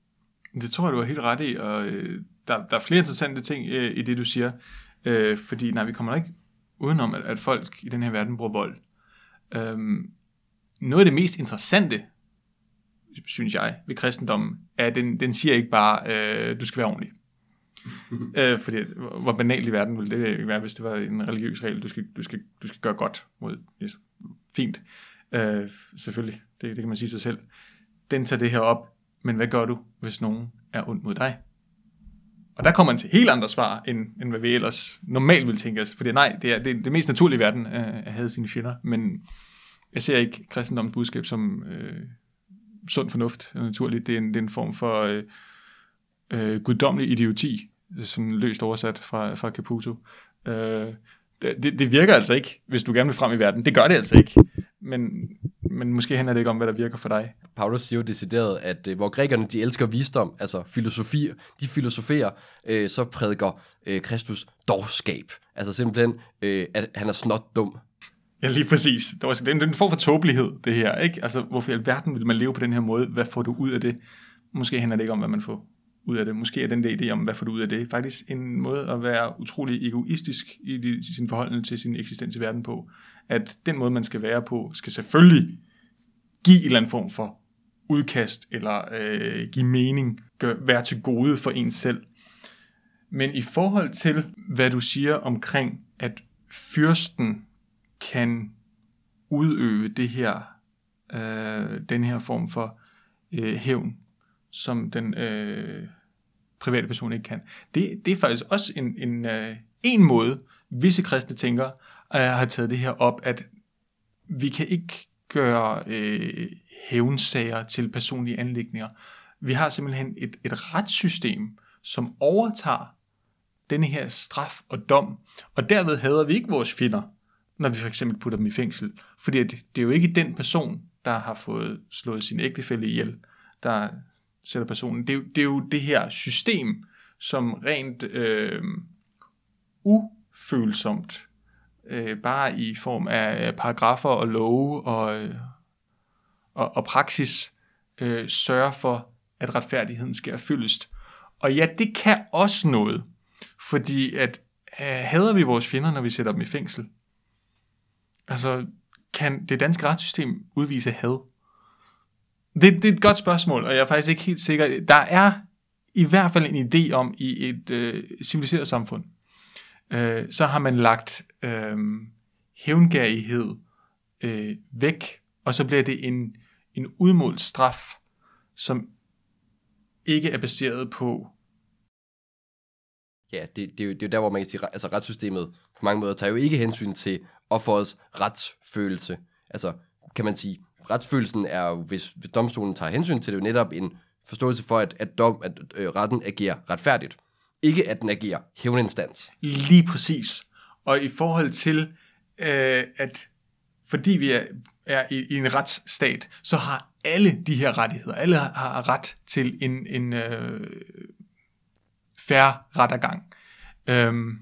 Det tror jeg, du har helt ret i, og øh, der, der er flere interessante ting øh, i det, du siger. Øh, fordi nej, vi kommer ikke udenom, at, at folk i den her verden bruger vold. Øhm, noget af det mest interessante, synes jeg, ved kristendommen, er, at den, den siger ikke bare, øh, du skal være ordentlig. øh, fordi hvor banalt i verden ville det være, hvis det var en religiøs regel, du skal, du skal, du skal gøre godt mod yes, fint. Øh, selvfølgelig, det, det kan man sige sig selv. Den tager det her op, men hvad gør du, hvis nogen er ondt mod dig? Og der kommer man til helt andre svar, end, end hvad vi ellers normalt vil tænke os. Fordi nej, det er det, det mest naturlige i verden øh, at have sine fjender. Men jeg ser ikke kristendommens budskab som øh, sund fornuft og naturligt. Det er en, det er en form for øh, øh, guddommelig idioti, sådan løst oversat fra, fra Caputo. Øh, det, det virker altså ikke, hvis du gerne vil frem i verden. Det gør det altså ikke. Men, men måske handler det ikke om, hvad der virker for dig. Paulus siger jo decideret, at øh, hvor grækerne de elsker visdom, altså filosofi, de filosoferer, øh, så prædiker øh, Kristus dårskab. Altså simpelthen, øh, at han er snot dum. Ja, lige præcis. Det er en, en form for tåbelighed, det her, ikke? Altså, hvorfor i alverden vil man leve på den her måde? Hvad får du ud af det? Måske handler det ikke om, hvad man får ud af det. Måske er den der idé om, hvad får du ud af det, faktisk en måde at være utrolig egoistisk i sin forhold til sin eksistens i verden på. At den måde, man skal være på, skal selvfølgelig give en eller anden form for udkast, eller øh, give mening, gør, være til gode for en selv. Men i forhold til, hvad du siger omkring, at fyrsten kan udøve det her, øh, den her form for øh, hævn, som den øh, private person ikke kan. Det, det er faktisk også en, en, øh, en måde, visse kristne tænker, øh, har taget det her op, at vi kan ikke gøre øh, hævnsager til personlige anliggender. Vi har simpelthen et, et retssystem, som overtager denne her straf og dom, og derved hader vi ikke vores fjender, når vi for eksempel putter dem i fængsel. Fordi det, det er jo ikke den person, der har fået slået sin ægtefælle ihjel, der sætter personen. Det er, det er jo det her system, som rent øh, ufølsomt, øh, bare i form af paragrafer og love og, og, og praksis, øh, sørger for, at retfærdigheden sker fyldest. Og ja, det kan også noget, fordi at øh, hader vi vores fjender, når vi sætter dem i fængsel? Altså, kan det danske retssystem udvise had? Det, det er et godt spørgsmål, og jeg er faktisk ikke helt sikker. Der er i hvert fald en idé om, i et øh, civiliseret samfund, øh, så har man lagt øh, hævngærighed øh, væk, og så bliver det en, en udmålt straf, som ikke er baseret på ja, det, det, er jo, det er jo der, hvor man kan sige, altså retssystemet på mange måder tager jo ikke hensyn til offerets retsfølelse. Altså, kan man sige, retsfølelsen er jo, hvis, hvis domstolen tager hensyn til det, jo netop en forståelse for, at, at, dom, at øh, retten agerer retfærdigt. Ikke at den agerer hævninstans. Lige præcis. Og i forhold til, øh, at fordi vi er, er i, i en retsstat, så har alle de her rettigheder, alle har, har ret til en, en øh, fair rettergang. Øhm,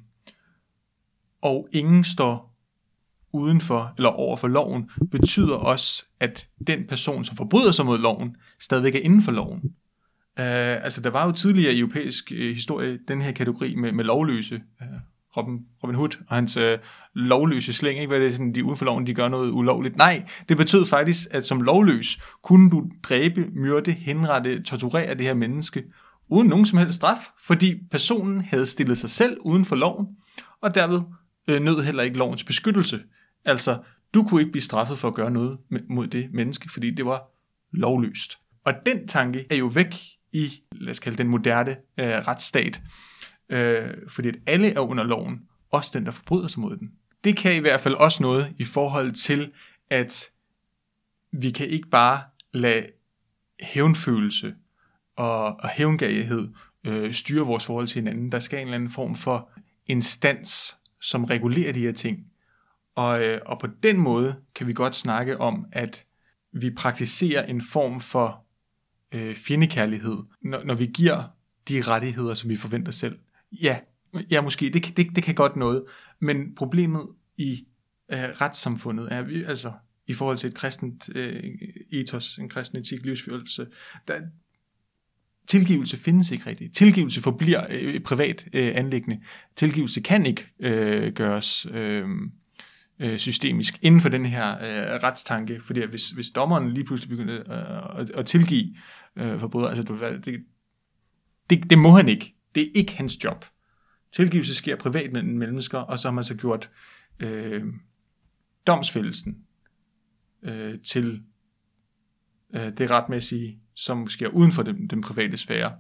og ingen står udenfor eller over for loven, betyder også, at den person, som forbryder sig mod loven, stadigvæk er inden for loven. Uh, altså, der var jo tidligere i europæisk uh, historie den her kategori med, med lovløse. Uh, Robin, Robin Hood og hans uh, lovløse slæng, ikke? Hvad det er sådan, de uden for loven, de gør noget ulovligt. Nej, det betød faktisk, at som lovløs kunne du dræbe, myrde, henrette, torturere det her menneske, uden nogen som helst straf, fordi personen havde stillet sig selv uden for loven, og derved øh, nød heller ikke lovens beskyttelse. Altså, du kunne ikke blive straffet for at gøre noget mod det menneske, fordi det var lovløst. Og den tanke er jo væk i, lad os kalde den moderne øh, retsstat, øh, fordi at alle er under loven, også den, der forbryder sig mod den. Det kan i hvert fald også noget i forhold til, at vi kan ikke bare lade hævnfølelse og, og hævngærighed øh, styre vores forhold til hinanden. Der skal en eller anden form for instans, som regulerer de her ting. Og, øh, og på den måde kan vi godt snakke om, at vi praktiserer en form for øh, fjendekærlighed, når, når vi giver de rettigheder, som vi forventer selv. Ja, ja måske, det, det, det kan godt noget, men problemet i øh, retssamfundet er, vi, altså i forhold til et kristent øh, ethos, en kristen etik, livsførelse, der tilgivelse findes ikke rigtigt. Tilgivelse forbliver øh, privat øh, anliggende. Tilgivelse kan ikke øh, gøres øh, øh, systemisk inden for den her øh, retstanke, fordi hvis, hvis dommeren lige pludselig begynder øh, at, at tilgive øh, forbrydere, altså det, det, det må han ikke. Det er ikke hans job. Tilgivelse sker privat mellem mennesker, og så har man så gjort øh, domsfældelsen øh, til øh, det retmæssige, som sker uden for den, den private sfære.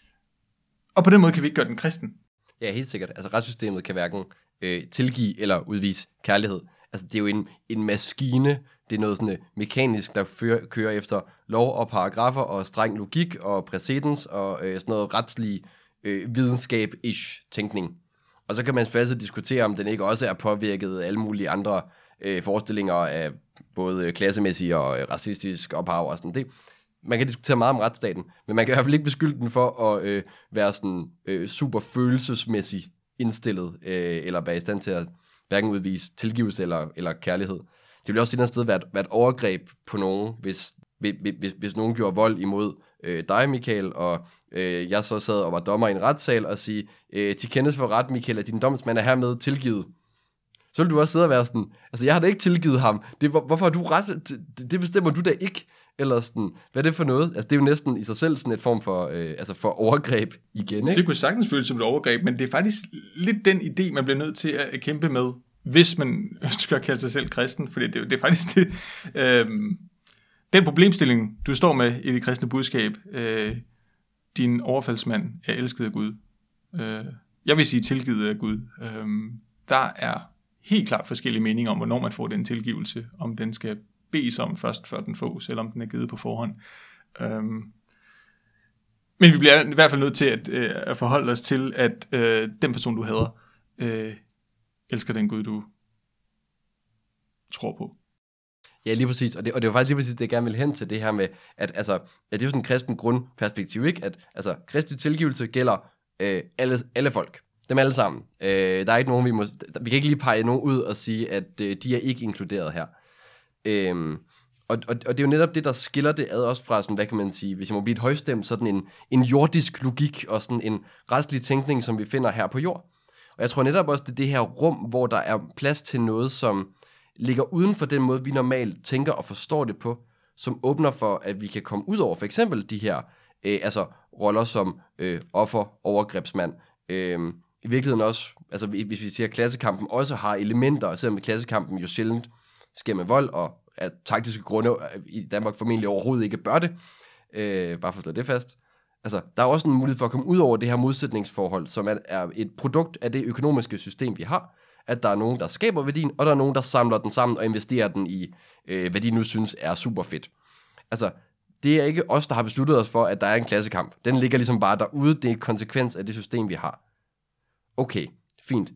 Og på den måde kan vi ikke gøre den kristen. Ja, helt sikkert. Altså retssystemet kan hverken øh, tilgive eller udvise kærlighed. Altså det er jo en, en maskine, det er noget sådan uh, mekanisk, der fører, kører efter lov og paragrafer og streng logik og præcedens og øh, sådan noget retslig øh, videnskab-ish tænkning. Og så kan man altid diskutere, om den ikke også er påvirket af alle mulige andre øh, forestillinger af både klassemæssig og øh, racistisk ophav og sådan det. Man kan diskutere meget om retsstaten, men man kan i hvert fald ikke beskylde den for at øh, være sådan øh, super følelsesmæssigt indstillet, øh, eller være i stand til at hverken udvise tilgivelse eller, eller kærlighed. Det ville også et eller andet sted være et, være et overgreb på nogen, hvis, hvis, hvis nogen gjorde vold imod øh, dig, Michael, og øh, jeg så sad og var dommer i en retssal og sige, øh, til kendes for ret, Michael, at din domsmand er hermed tilgivet. Så vil du også sidde og være sådan, altså jeg har da ikke tilgivet ham, det, hvor, hvorfor har du ret, det, det bestemmer du da ikke, eller sådan, hvad er det for noget? Altså det er jo næsten i sig selv sådan et form for, øh, altså for overgreb igen, ikke? Det kunne sagtens føles som et overgreb, men det er faktisk lidt den idé, man bliver nødt til at kæmpe med, hvis man ønsker at kalde sig selv kristen, fordi det, det er faktisk det, øh, den problemstilling, du står med i det kristne budskab, øh, din overfaldsmand er elsket af Gud. Øh, jeg vil sige tilgivet af Gud. Øh, der er helt klart forskellige meninger om, hvornår man får den tilgivelse, om den skal bedes om først, før den fås, eller om den er givet på forhånd. Øhm. Men vi bliver i hvert fald nødt til at, øh, at forholde os til, at øh, den person, du hader, øh, elsker den Gud, du tror på. Ja, lige præcis. Og det, og det var faktisk lige præcis det, jeg gerne vil hen til, det her med, at, altså, at det er jo sådan en kristen grundperspektiv, ikke? At altså, kristi tilgivelse gælder øh, alle, alle folk. Dem alle sammen. Øh, der er ikke nogen, vi må... Vi kan ikke lige pege nogen ud og sige, at øh, de er ikke inkluderet her. Øhm, og, og, og det er jo netop det, der skiller det ad også fra sådan, hvad kan man sige, hvis jeg må blive et højstemt, sådan en, en jordisk logik og sådan en retslig tænkning, som vi finder her på jord. Og jeg tror netop også, det er det her rum, hvor der er plads til noget, som ligger uden for den måde, vi normalt tænker og forstår det på, som åbner for, at vi kan komme ud over for eksempel de her øh, altså roller som øh, offer, overgrebsmand. Øh, I virkeligheden også, altså hvis vi siger, at klassekampen også har elementer, selvom klassekampen jo sjældent sker med vold, og af taktiske grunde i Danmark formentlig overhovedet ikke bør det. Øh, bare for at slå det fast. Altså, der er også en mulighed for at komme ud over det her modsætningsforhold, som er, er et produkt af det økonomiske system, vi har. At der er nogen, der skaber værdien, og der er nogen, der samler den sammen og investerer den i, øh, hvad de nu synes er super fedt. Altså, det er ikke os, der har besluttet os for, at der er en klassekamp. Den ligger ligesom bare derude. Det er en konsekvens af det system, vi har. Okay, fint.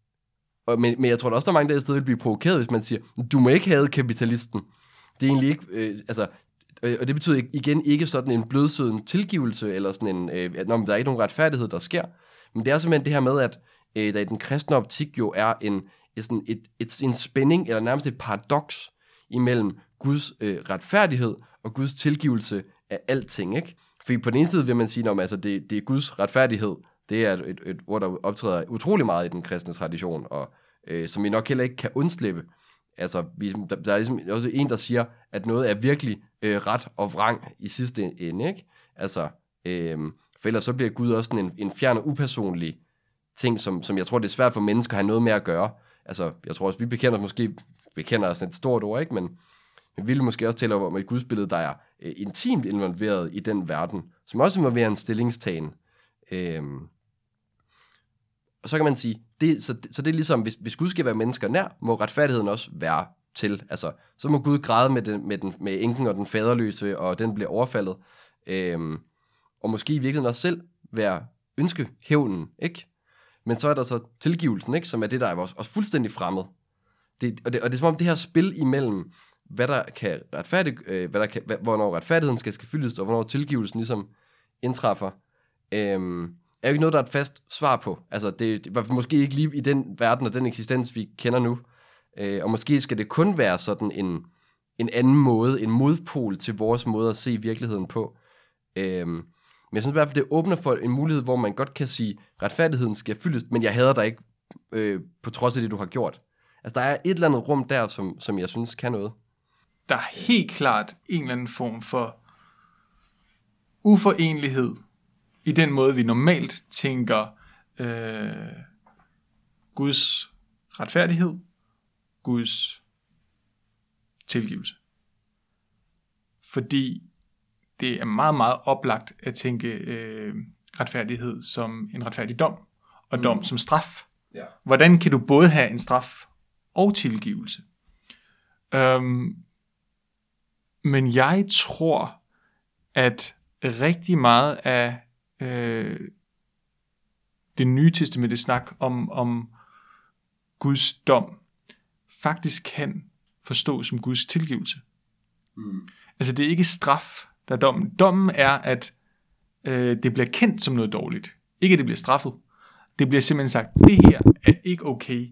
Og, men, men jeg tror da også, der er mange, der i stedet vil blive provokeret, hvis man siger, du må ikke have kapitalisten. Det er egentlig ikke, øh, altså, og det betyder igen ikke sådan en blødsøden tilgivelse, eller sådan en, øh, når der er ikke nogen retfærdighed, der sker. Men det er simpelthen det her med, at øh, der i den kristne optik jo er en, sådan et, et, en spænding, eller nærmest et paradoks, imellem Guds øh, retfærdighed og Guds tilgivelse af alting, ikke? Fordi på den ene side vil man sige, at altså, det, det er Guds retfærdighed, det er et, et, et ord, der optræder utrolig meget i den kristne tradition, og øh, som vi nok heller ikke kan undslippe. Altså, vi, der, der er ligesom også en, der siger, at noget er virkelig øh, ret og vrang i sidste ende, ikke? Altså, øh, for ellers så bliver Gud også sådan en, en fjern og upersonlig ting, som, som jeg tror, det er svært for mennesker at have noget med at gøre. Altså, jeg tror også, vi bekender os måske, bekender os et stort ord, ikke? Men vi vil måske også tale om et gudsbillede, der er øh, intimt involveret i den verden, som også involverer en stillingstagen. Øh, Og så kan man sige, det, så, så det er ligesom, hvis, hvis Gud skal være mennesker nær, må retfærdigheden også være til. Altså, så må Gud græde med, den, med, den, med enken og den faderløse, og den bliver overfaldet. Øhm, og måske i virkeligheden også selv være ønske hævnen, ikke? Men så er der så tilgivelsen, ikke? Som er det, der er også, også fuldstændig fremmed. Det, og, det, og det er som om det her spil imellem, hvad der kan retfærdig, øh, hvad der kan, hvad, hvornår retfærdigheden skal, skal fyldes, og hvornår tilgivelsen ligesom indtræffer, øhm, er jo ikke noget, der er et fast svar på. Altså, det, det var måske ikke lige i den verden og den eksistens, vi kender nu. Øh, og måske skal det kun være sådan en, en anden måde, en modpol til vores måde at se virkeligheden på. Øh, men jeg synes i hvert fald, det åbner for en mulighed, hvor man godt kan sige, retfærdigheden skal fyldes, men jeg hader dig ikke øh, på trods af det, du har gjort. Altså, der er et eller andet rum der, som, som jeg synes kan noget. Der er helt klart en eller anden form for uforenlighed i den måde, vi normalt tænker øh, Guds retfærdighed, Guds tilgivelse. Fordi det er meget, meget oplagt at tænke øh, retfærdighed som en retfærdig dom, og dom mm. som straf. Ja. Hvordan kan du både have en straf og tilgivelse? Øhm, men jeg tror, at rigtig meget af Øh, det nye testamente snak om, om Guds dom faktisk kan forstås som Guds tilgivelse. Mm. Altså det er ikke straf, der er dommen. Dommen er, at øh, det bliver kendt som noget dårligt. Ikke at det bliver straffet. Det bliver simpelthen sagt, det her er ikke okay.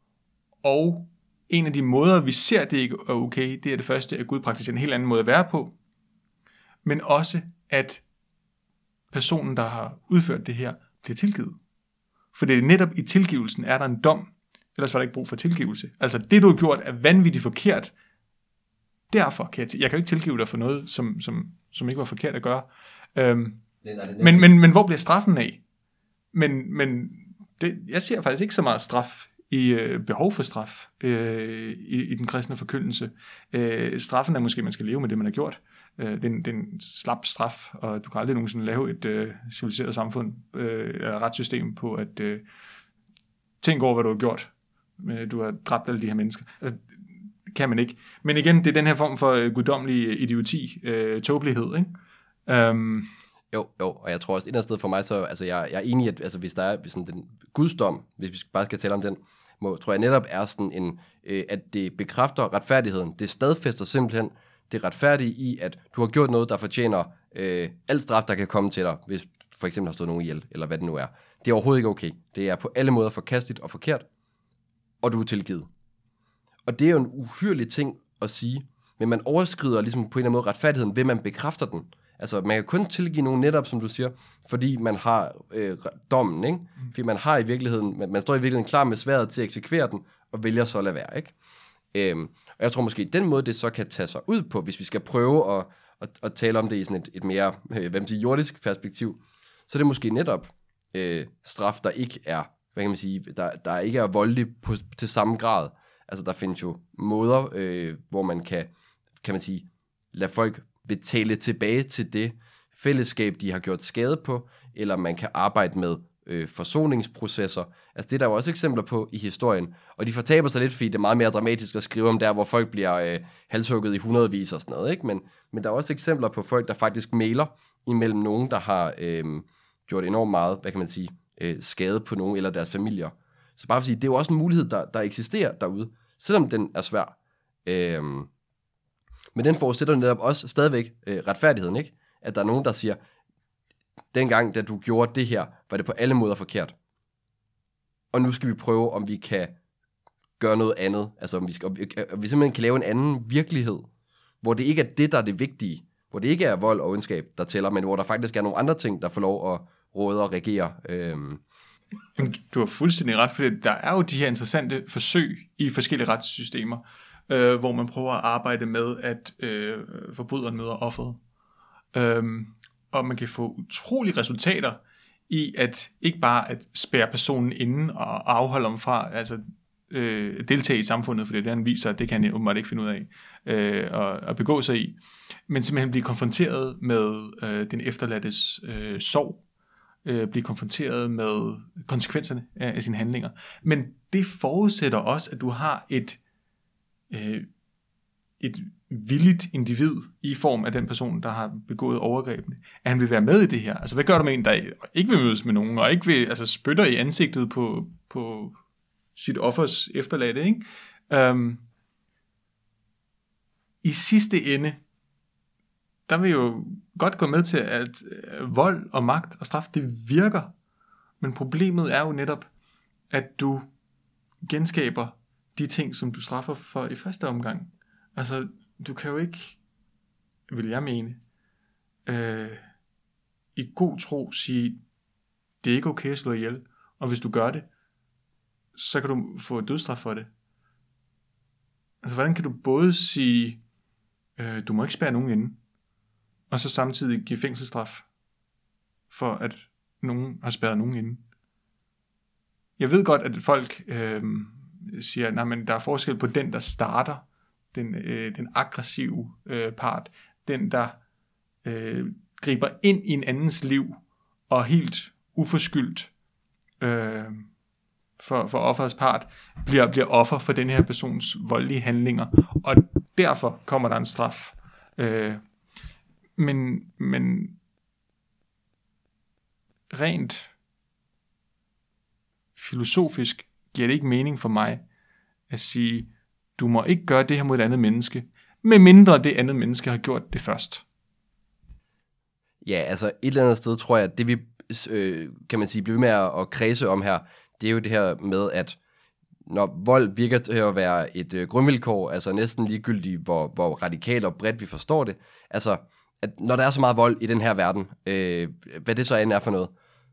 Og en af de måder, vi ser, det ikke er okay, det er det første, at Gud praktiserer en helt anden måde at være på. Men også, at personen, der har udført det her, bliver tilgivet. For det er netop i tilgivelsen, er der en dom. Ellers var der ikke brug for tilgivelse. Altså det, du har gjort, er vanvittigt forkert. Derfor kan jeg, t- jeg kan jo ikke tilgive dig for noget, som, som, som ikke var forkert at gøre. Øhm, men, men, men hvor bliver straffen af? Men, men det, jeg ser faktisk ikke så meget straf i øh, behov for straf øh, i, i den kristne forkyndelse. Øh, straffen er måske, at man skal leve med det, man har gjort. Øh, det, er en, det er en slap straf, og du kan aldrig nogensinde lave et øh, civiliseret samfund øh, eller retssystem på at øh, tænke over, hvad du har gjort. Øh, du har dræbt alle de her mennesker. Altså, det kan man ikke. Men igen, det er den her form for øh, guddommelig idioti, øh, tåbelighed, ikke? Um, Jo, jo, og jeg tror også, et eller andet sted for mig, så altså, jeg, jeg er enig i, at altså, hvis der er hvis sådan, den gudsdom, hvis vi bare skal tale om den, må, tror jeg netop er sådan en, øh, at det bekræfter retfærdigheden. Det stadfæster simpelthen det retfærdige i, at du har gjort noget, der fortjener øh, alt straf, der kan komme til dig, hvis for eksempel har stået nogen ihjel, eller hvad det nu er. Det er overhovedet ikke okay. Det er på alle måder forkastet og forkert, og du er tilgivet. Og det er jo en uhyrlig ting at sige, men man overskrider ligesom på en eller anden måde retfærdigheden, ved man bekræfter den. Altså, man kan kun tilgive nogen netop, som du siger, fordi man har øh, dommen, ikke? Mm. Fordi man har i virkeligheden, man, man står i virkeligheden klar med sværdet til at eksekvere den, og vælger så at lade være, ikke? Øhm, og jeg tror måske, den måde, det så kan tage sig ud på, hvis vi skal prøve at, at, at tale om det i sådan et, et mere, øh, hvad man siger, jordisk perspektiv, så er det måske netop øh, straf, der ikke er, hvad kan man sige, der, der ikke er voldelig på, til samme grad. Altså, der findes jo måder, øh, hvor man kan, kan man sige, lade folk betale tilbage til det, fællesskab, de har gjort skade på, eller man kan arbejde med øh, forsoningsprocesser. Altså det er der jo også eksempler på i historien, og de fortaber sig lidt, fordi det er meget mere dramatisk at skrive om der, hvor folk bliver øh, halshugget i hundredvis og sådan noget, ikke? Men, men der er også eksempler på folk, der faktisk mailer imellem nogen, der har øh, gjort enormt meget, hvad kan man sige, øh, skade på nogen eller deres familier. Så bare for at sige, det er jo også en mulighed, der, der eksisterer derude, selvom den er svær. Øh, men den forudsætter netop også stadigvæk øh, retfærdigheden, ikke? At der er nogen, der siger, dengang, da du gjorde det her, var det på alle måder forkert. Og nu skal vi prøve, om vi kan gøre noget andet. Altså, om vi, skal, om vi, om vi simpelthen kan lave en anden virkelighed, hvor det ikke er det, der er det vigtige. Hvor det ikke er vold og ondskab, der tæller, men hvor der faktisk er nogle andre ting, der får lov at råde og regere. Øhm. Jamen, du har fuldstændig ret, for der er jo de her interessante forsøg i forskellige retssystemer, øh, hvor man prøver at arbejde med, at øh, forbryderen møder offeret. Øhm, og man kan få utrolige resultater i at ikke bare at spærre personen inde og afholde ham fra altså øh, deltage i samfundet, for det er det, han viser, at det kan han åbenbart ikke finde ud af øh, og, og begå sig i, men simpelthen blive konfronteret med øh, den efterladtes øh, sorg, øh, blive konfronteret med konsekvenserne af, af sine handlinger. Men det forudsætter også, at du har et øh, et villigt individ i form af den person, der har begået overgrebene, at han vil være med i det her. Altså, hvad gør du med en, der ikke vil mødes med nogen, og ikke vil, altså, spytter i ansigtet på, på sit offers efterladte, ikke? Um, I sidste ende, der vil jo godt gå med til, at vold og magt og straf, det virker. Men problemet er jo netop, at du genskaber de ting, som du straffer for i første omgang. Altså, du kan jo ikke, vil jeg mene, øh, i god tro sige, det er ikke okay at slå ihjel, og hvis du gør det, så kan du få dødsstraf for det. Altså, hvordan kan du både sige, øh, du må ikke spærre nogen inde, og så samtidig give fængselsstraf for, at nogen har spærret nogen inde? Jeg ved godt, at folk øh, siger, nej, men der er forskel på den, der starter, Den, øh, den aggressive øh, part, den der øh, griber ind i en andens liv og helt uforskyldt øh, for, for offerets part bliver, bliver offer for den her persons voldelige handlinger, og derfor kommer der en straf. Øh, men, men rent filosofisk giver det ikke mening for mig at sige, du må ikke gøre det her mod et andet menneske, medmindre det andet menneske har gjort det først. Ja, altså et eller andet sted tror jeg, at det vi, øh, kan man sige, bliver med at, at kredse om her, det er jo det her med, at når vold virker til at være et øh, grundvilkår, altså næsten ligegyldigt, hvor, hvor radikalt og bredt vi forstår det, altså at når der er så meget vold i den her verden, øh, hvad det så end er for noget,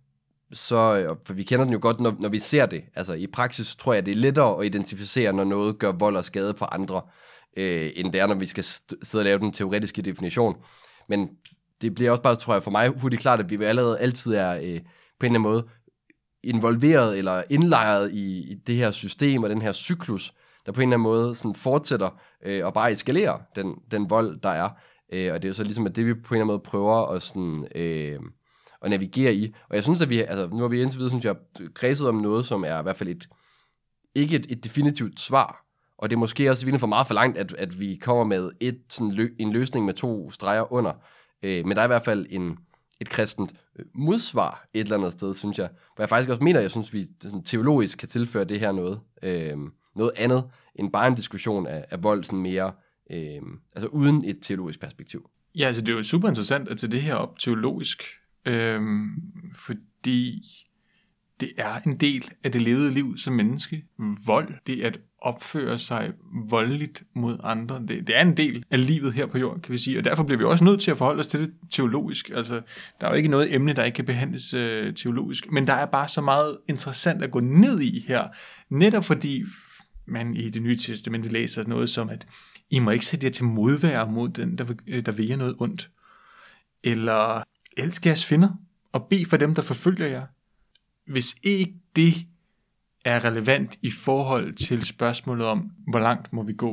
så, for vi kender den jo godt, når, når vi ser det. Altså i praksis tror jeg, det er lettere at identificere, når noget gør vold og skade på andre, øh, end det er, når vi skal st- sidde og lave den teoretiske definition. Men det bliver også bare, tror jeg, for mig hurtigt klart, at vi allerede altid er øh, på en eller anden måde involveret eller indlejret i, i det her system og den her cyklus, der på en eller anden måde sådan fortsætter øh, og bare eskalerer den, den vold, der er. Øh, og det er jo så ligesom, at det vi på en eller anden måde prøver at sådan... Øh, og navigere i. Og jeg synes, at vi, altså nu har vi indtil videre, synes jeg, kredset om noget, som er i hvert fald et, ikke et, et definitivt svar. Og det er måske også virkelig for meget for langt, at, at vi kommer med et, sådan lø, en løsning med to streger under. Øh, men der er i hvert fald en, et kristent modsvar et eller andet sted, synes jeg. Hvor jeg faktisk også mener, at jeg synes, vi sådan, teologisk kan tilføre det her noget. Øh, noget andet end bare en diskussion af, af vold, sådan mere, øh, altså uden et teologisk perspektiv. Ja, altså det er jo super interessant at tage det her op teologisk. Øhm, fordi det er en del af det levede liv som menneske. Vold, det er at opføre sig voldeligt mod andre. Det, det er en del af livet her på jorden, kan vi sige. Og derfor bliver vi også nødt til at forholde os til det teologisk. Altså, der er jo ikke noget emne, der ikke kan behandles øh, teologisk. Men der er bare så meget interessant at gå ned i her. Netop fordi man i Det Nye Testamente læser noget som, at I må ikke sætte jer til modvær mod den, der, der vil jer noget ondt. Eller elsk jeres fjender, og bed for dem, der forfølger jer. Hvis ikke det er relevant i forhold til spørgsmålet om, hvor langt må vi gå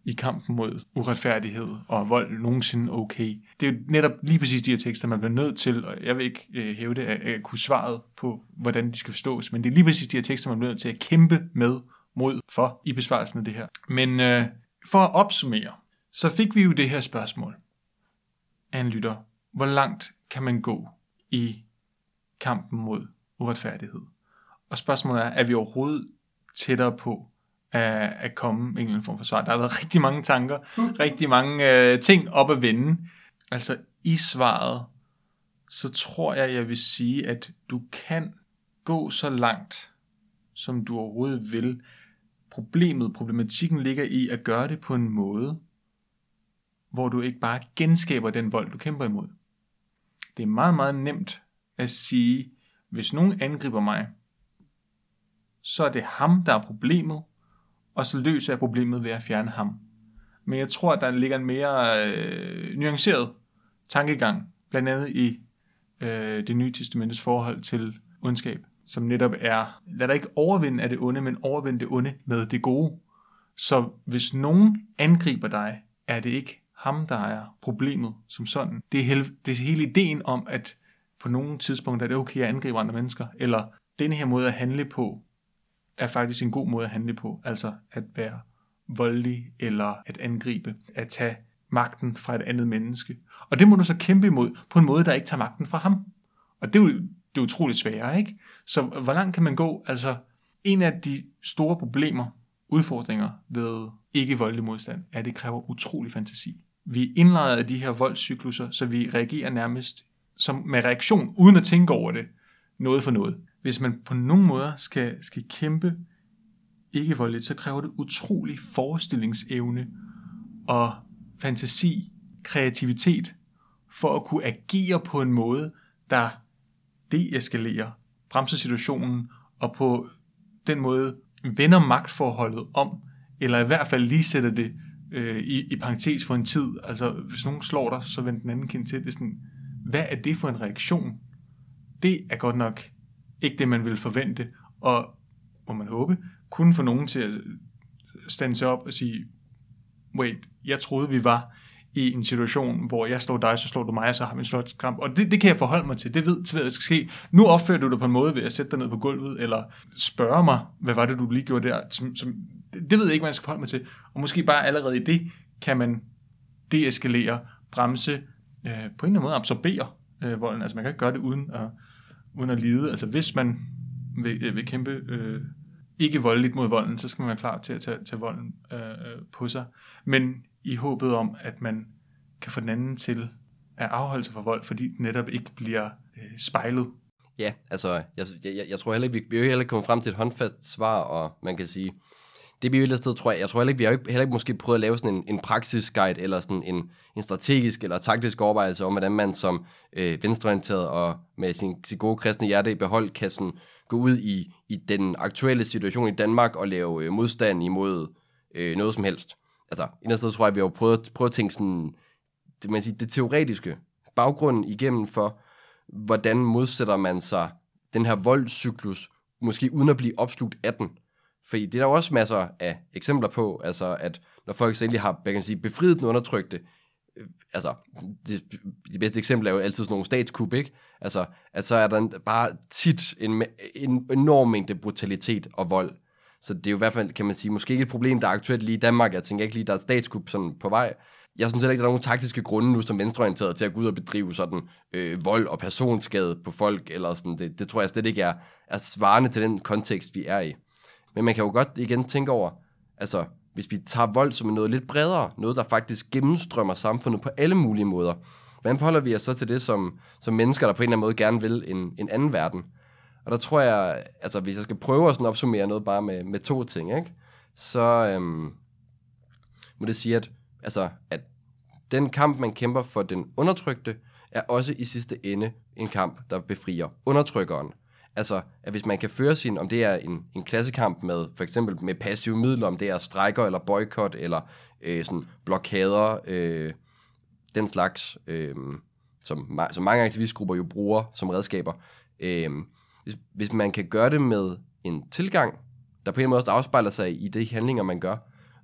i kampen mod uretfærdighed og vold nogensinde okay? Det er jo netop lige præcis de her tekster, man bliver nødt til, og jeg vil ikke øh, hæve det, at, at kunne svaret på, hvordan de skal forstås, men det er lige præcis de her tekster, man bliver nødt til at kæmpe med mod for i besvarelsen af det her. Men øh, for at opsummere, så fik vi jo det her spørgsmål af en lytter. Hvor langt kan man gå i kampen mod uretfærdighed? Og spørgsmålet er, er vi overhovedet tættere på at, at komme en eller anden form for svar? Der har været rigtig mange tanker, mm. rigtig mange øh, ting op at vende. Altså i svaret, så tror jeg, jeg vil sige, at du kan gå så langt, som du overhovedet vil. Problemet, problematikken ligger i at gøre det på en måde, hvor du ikke bare genskaber den vold, du kæmper imod. Det er meget, meget nemt at sige, hvis nogen angriber mig, så er det ham, der er problemet, og så løser jeg problemet ved at fjerne ham. Men jeg tror, at der ligger en mere øh, nuanceret tankegang, blandt andet i øh, det nye testamentets forhold til ondskab, som netop er, lad dig ikke overvinde af det onde, men overvinde det onde med det gode. Så hvis nogen angriber dig, er det ikke ham, der er problemet som sådan. Det er, hele, det er hele ideen om, at på nogle tidspunkter er det okay at angribe andre mennesker, eller denne her måde at handle på, er faktisk en god måde at handle på, altså at være voldelig, eller at angribe, at tage magten fra et andet menneske. Og det må du så kæmpe imod, på en måde, der ikke tager magten fra ham. Og det er jo det er utroligt sværere, ikke? Så hvor langt kan man gå? Altså, en af de store problemer, udfordringer ved ikke-voldelig modstand, er, at det kræver utrolig fantasi. Vi indleder af de her voldscykluser, så vi reagerer nærmest som med reaktion, uden at tænke over det, noget for noget. Hvis man på nogen måder skal, skal kæmpe ikke-voldeligt, så kræver det utrolig forestillingsevne og fantasi, kreativitet, for at kunne agere på en måde, der deeskalerer, bremser situationen, og på den måde vender magtforholdet om, eller i hvert fald lige sætter det øh, i, i parentes for en tid. Altså, hvis nogen slår dig, så vend den anden kind til. Det er sådan, hvad er det for en reaktion? Det er godt nok ikke det, man vil forvente, og må man håbe, kun få nogen til at stande sig op og sige, wait, jeg troede, vi var i en situation, hvor jeg slår dig, så slår du mig, og så har vi en slåskamp. Og det, det kan jeg forholde mig til. Det ved, hvad der skal ske. Nu opfører du dig på en måde ved at sætte dig ned på gulvet, eller spørge mig, hvad var det, du lige gjorde der? Som, som, det, det ved jeg ikke, hvad jeg skal forholde mig til. Og måske bare allerede i det, kan man deeskalere, bremse, øh, på en eller anden måde absorbere øh, volden. Altså man kan ikke gøre det uden at, uden at lide. Altså hvis man vil, vil kæmpe øh, ikke voldeligt mod volden, så skal man være klar til at tage, tage volden øh, på sig. Men i håbet om, at man kan få den anden til at afholde sig fra vold, fordi den netop ikke bliver øh, spejlet. Ja, altså, jeg, jeg, jeg tror heller ikke, vi, vi er jo heller ikke kommet frem til et håndfast svar, og man kan sige, det bliver jo et eller andet sted, tror jeg, jeg tror heller ikke, vi har jo heller ikke måske prøvet at lave sådan en, en praksisguide, eller sådan en, en strategisk eller taktisk overvejelse om, hvordan man som øh, venstreorienteret og med sin, sin gode kristne hjerte i behold kan sådan gå ud i, i den aktuelle situation i Danmark og lave øh, modstand imod øh, noget som helst. Altså, et eller andet sted tror jeg, vi har prøvet, prøvet at tænke sådan, det, man siger, det teoretiske, baggrunden igennem for, hvordan modsætter man sig den her voldscyklus, måske uden at blive opslugt af den. Fordi det er der også masser af eksempler på, altså at når folk selv har, jeg kan sige, befriet den undertrykte, øh, altså det, det bedste eksempel er jo altid sådan nogle statskup, ikke? Altså, at så er der bare tit en, en enorm mængde brutalitet og vold. Så det er jo i hvert fald, kan man sige, måske ikke et problem, der er aktuelt lige i Danmark. Jeg tænker ikke lige, der er et statskup sådan på vej. Jeg synes heller ikke, der er nogen taktiske grunde nu som venstreorienteret til at gå ud og bedrive sådan øh, vold og personskade på folk, eller sådan. Det, det tror jeg slet ikke er, er svarende til den kontekst, vi er i. Men man kan jo godt igen tænke over, altså hvis vi tager vold som noget lidt bredere, noget der faktisk gennemstrømmer samfundet på alle mulige måder, hvordan forholder vi os så til det som, som mennesker, der på en eller anden måde gerne vil en, en anden verden? Og der tror jeg, altså hvis jeg skal prøve at sådan opsummere noget bare med, med to ting, ikke? Så øhm, må det sige, at, altså, at den kamp, man kæmper for den undertrykte, er også i sidste ende en kamp, der befrier undertrykkeren. Altså, at hvis man kan føre sin, om det er en, en klassekamp med, for eksempel med passive midler, om det er strejker eller boykot eller øh, sådan blokader, øh, den slags, øh, som, som mange aktivistgrupper jo bruger som redskaber. Øh, hvis, hvis man kan gøre det med en tilgang, der på en måde også afspejler sig i de handlinger, man gør,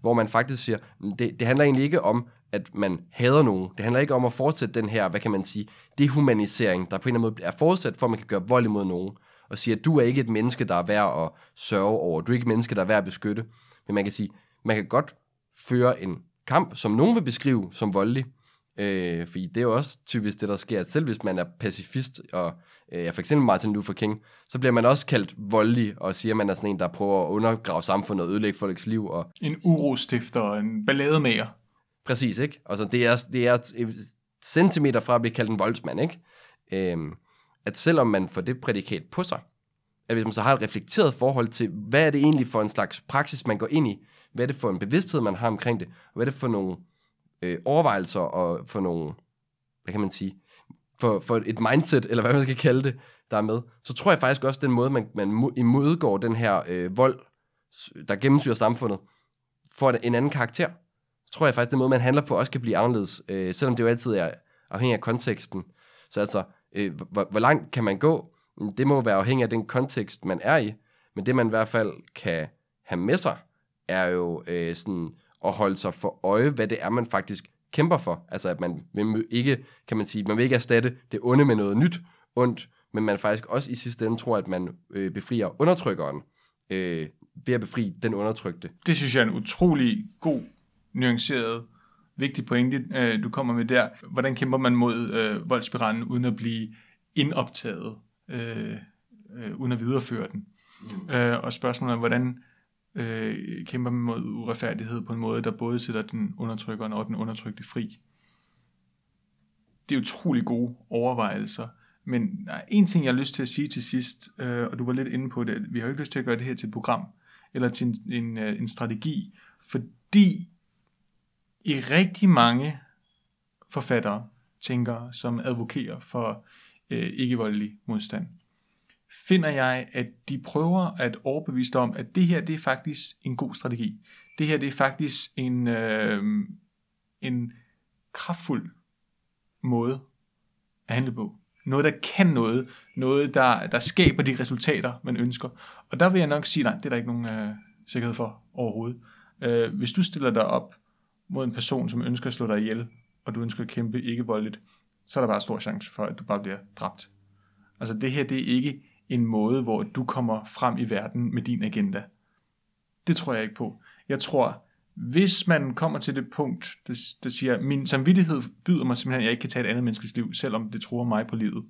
hvor man faktisk siger, det, det handler egentlig ikke om, at man hader nogen. Det handler ikke om at fortsætte den her, hvad kan man sige, dehumanisering, der på en eller anden måde er forudsat for, at man kan gøre vold imod nogen, og sige, at du er ikke et menneske, der er værd at sørge over, du er ikke et menneske, der er værd at beskytte. Men man kan sige, man kan godt føre en kamp, som nogen vil beskrive som voldelig, øh, fordi det er jo også typisk det, der sker, at selv hvis man er pacifist, og øh, for eksempel Martin Luther King, så bliver man også kaldt voldelig, og siger, at man er sådan en, der prøver at undergrave samfundet og ødelægge folks liv. Og en urostifter og en ballademager. Præcis, ikke? Altså, det er, det er centimeter fra at blive kaldt en voldsmand, ikke? Øhm, at selvom man får det prædikat på sig, at hvis man så har et reflekteret forhold til, hvad er det egentlig for en slags praksis, man går ind i, hvad er det for en bevidsthed, man har omkring det, og hvad er det for nogle øh, overvejelser, og for nogle, hvad kan man sige, for, for et mindset, eller hvad man skal kalde det, der er med, så tror jeg faktisk også, den måde, man, man imodgår den her øh, vold, der gennemsyrer samfundet, får en anden karakter. Så tror jeg faktisk, den måde, man handler på, også kan blive anderledes, øh, selvom det jo altid er afhængig af konteksten. Så altså, øh, hvor, hvor langt kan man gå? Det må være afhængig af den kontekst, man er i, men det, man i hvert fald kan have med sig, er jo øh, sådan at holde sig for øje, hvad det er, man faktisk kæmper for. Altså, at man vil ikke, kan man sige, man vil ikke erstatte det onde med noget nyt ondt, men man faktisk også i sidste ende tror, at man øh, befrier undertrykkeren øh, ved at befri den undertrykte. Det synes jeg er en utrolig god, nuanceret, vigtig pointe, øh, du kommer med der. Hvordan kæmper man mod øh, voldsspiralen uden at blive indoptaget, øh, øh, uden at videreføre den? Mm. Øh, og spørgsmålet er, hvordan øh, kæmper man mod uretfærdighed på en måde, der både sætter den undertrykkeren og den undertrykte fri? Det er utrolig gode overvejelser. Men der er en ting, jeg har lyst til at sige til sidst, øh, og du var lidt inde på det. Vi har jo ikke lyst til at gøre det her til et program, eller til en, en, en strategi, fordi i rigtig mange forfattere, tænkere, som advokerer for øh, ikke-voldelig modstand, finder jeg, at de prøver at overbevise om, at det her, det er faktisk en god strategi. Det her, det er faktisk en, øh, en kraftfuld måde at handle på. Noget, der kan noget. Noget, der, der skaber de resultater, man ønsker. Og der vil jeg nok sige, nej, det er der ikke nogen øh, sikkerhed for overhovedet. Øh, hvis du stiller dig op mod en person, som ønsker at slå dig ihjel, og du ønsker at kæmpe ikke voldeligt, så er der bare stor chance for, at du bare bliver dræbt. Altså det her, det er ikke en måde, hvor du kommer frem i verden med din agenda. Det tror jeg ikke på. Jeg tror, hvis man kommer til det punkt, der, der siger, min samvittighed byder mig simpelthen, at jeg ikke kan tage et andet menneskes liv, selvom det truer mig på livet,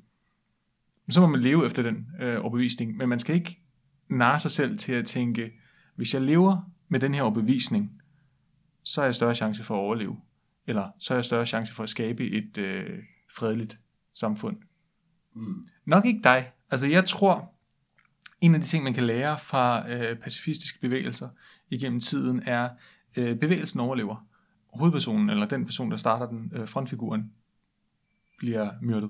så må man leve efter den øh, overbevisning. Men man skal ikke narre sig selv til at tænke, hvis jeg lever med den her overbevisning, så har jeg større chance for at overleve. Eller så har jeg større chance for at skabe et øh, fredeligt samfund. Mm. Nok ikke dig. Altså jeg tror, en af de ting, man kan lære fra øh, pacifistiske bevægelser igennem tiden, er, øh, bevægelsen overlever. Hovedpersonen, eller den person, der starter den, øh, frontfiguren, bliver myrdet.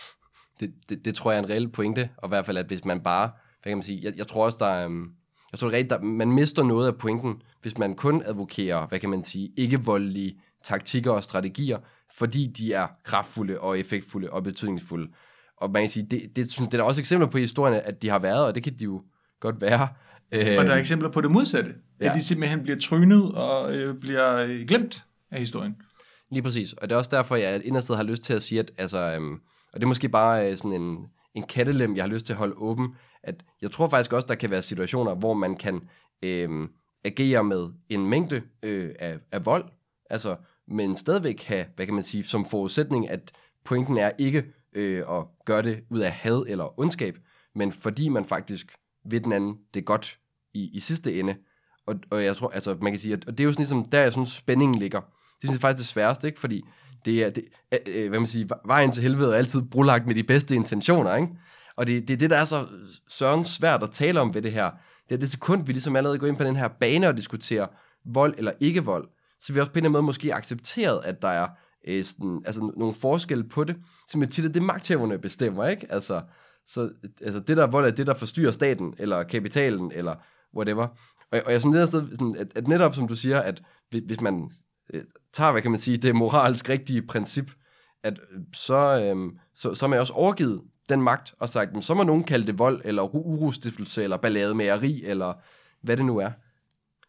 Det, det, det tror jeg er en reel pointe, og i hvert fald, at hvis man bare, hvad kan man sige, jeg, jeg tror også, der er, jeg tror det er rigtigt, der, man mister noget af pointen, hvis man kun advokerer, hvad kan man sige, ikke-voldelige taktikker og strategier, fordi de er kraftfulde og effektfulde og betydningsfulde. Og man kan sige, det, det, det, det er der også eksempler på i historien, at de har været, og det kan de jo godt være. Og der er eksempler på det modsatte, ja. At de simpelthen bliver trynet og øh, bliver glemt af historien. Lige præcis, og det er også derfor, jeg indersted har lyst til at sige, at altså, øhm, og det er måske bare øh, sådan en, en kattelem, jeg har lyst til at holde åben, at jeg tror faktisk også, der kan være situationer, hvor man kan øh, agere med en mængde øh, af, af vold, altså, men stadigvæk have, hvad kan man sige, som forudsætning, at pointen er ikke øh, at gøre det ud af had eller ondskab, men fordi man faktisk ved den anden det godt i, i sidste ende. Og, og jeg tror, altså man kan sige, at og det er jo sådan ligesom, der er sådan spændingen ligger. Det synes jeg faktisk det sværeste, ikke? Fordi det er, det, øh, hvad man siger, vejen til helvede er altid brolagt med de bedste intentioner, ikke? Og det er det, det, der er så sørens svært at tale om ved det her. Det er det sekund, vi ligesom allerede går ind på den her bane og diskuterer vold eller ikke vold, så vi også på en eller anden måde måske accepteret, at der er øh, sådan, altså nogle forskelle på det, som er tit det magthaverne bestemmer, ikke? Altså, så, altså det der vold er det, der forstyrrer staten, eller kapitalen, eller whatever. Og, og jeg synes det sådan, at, at netop som du siger, at hvis man øh, tager, hvad kan man sige, det moralsk rigtige princip, at så, øh, så, så er man også overgivet den magt, og sagt, så må nogen kalde det vold, eller urostiftelse, eller ballademageri, eller hvad det nu er.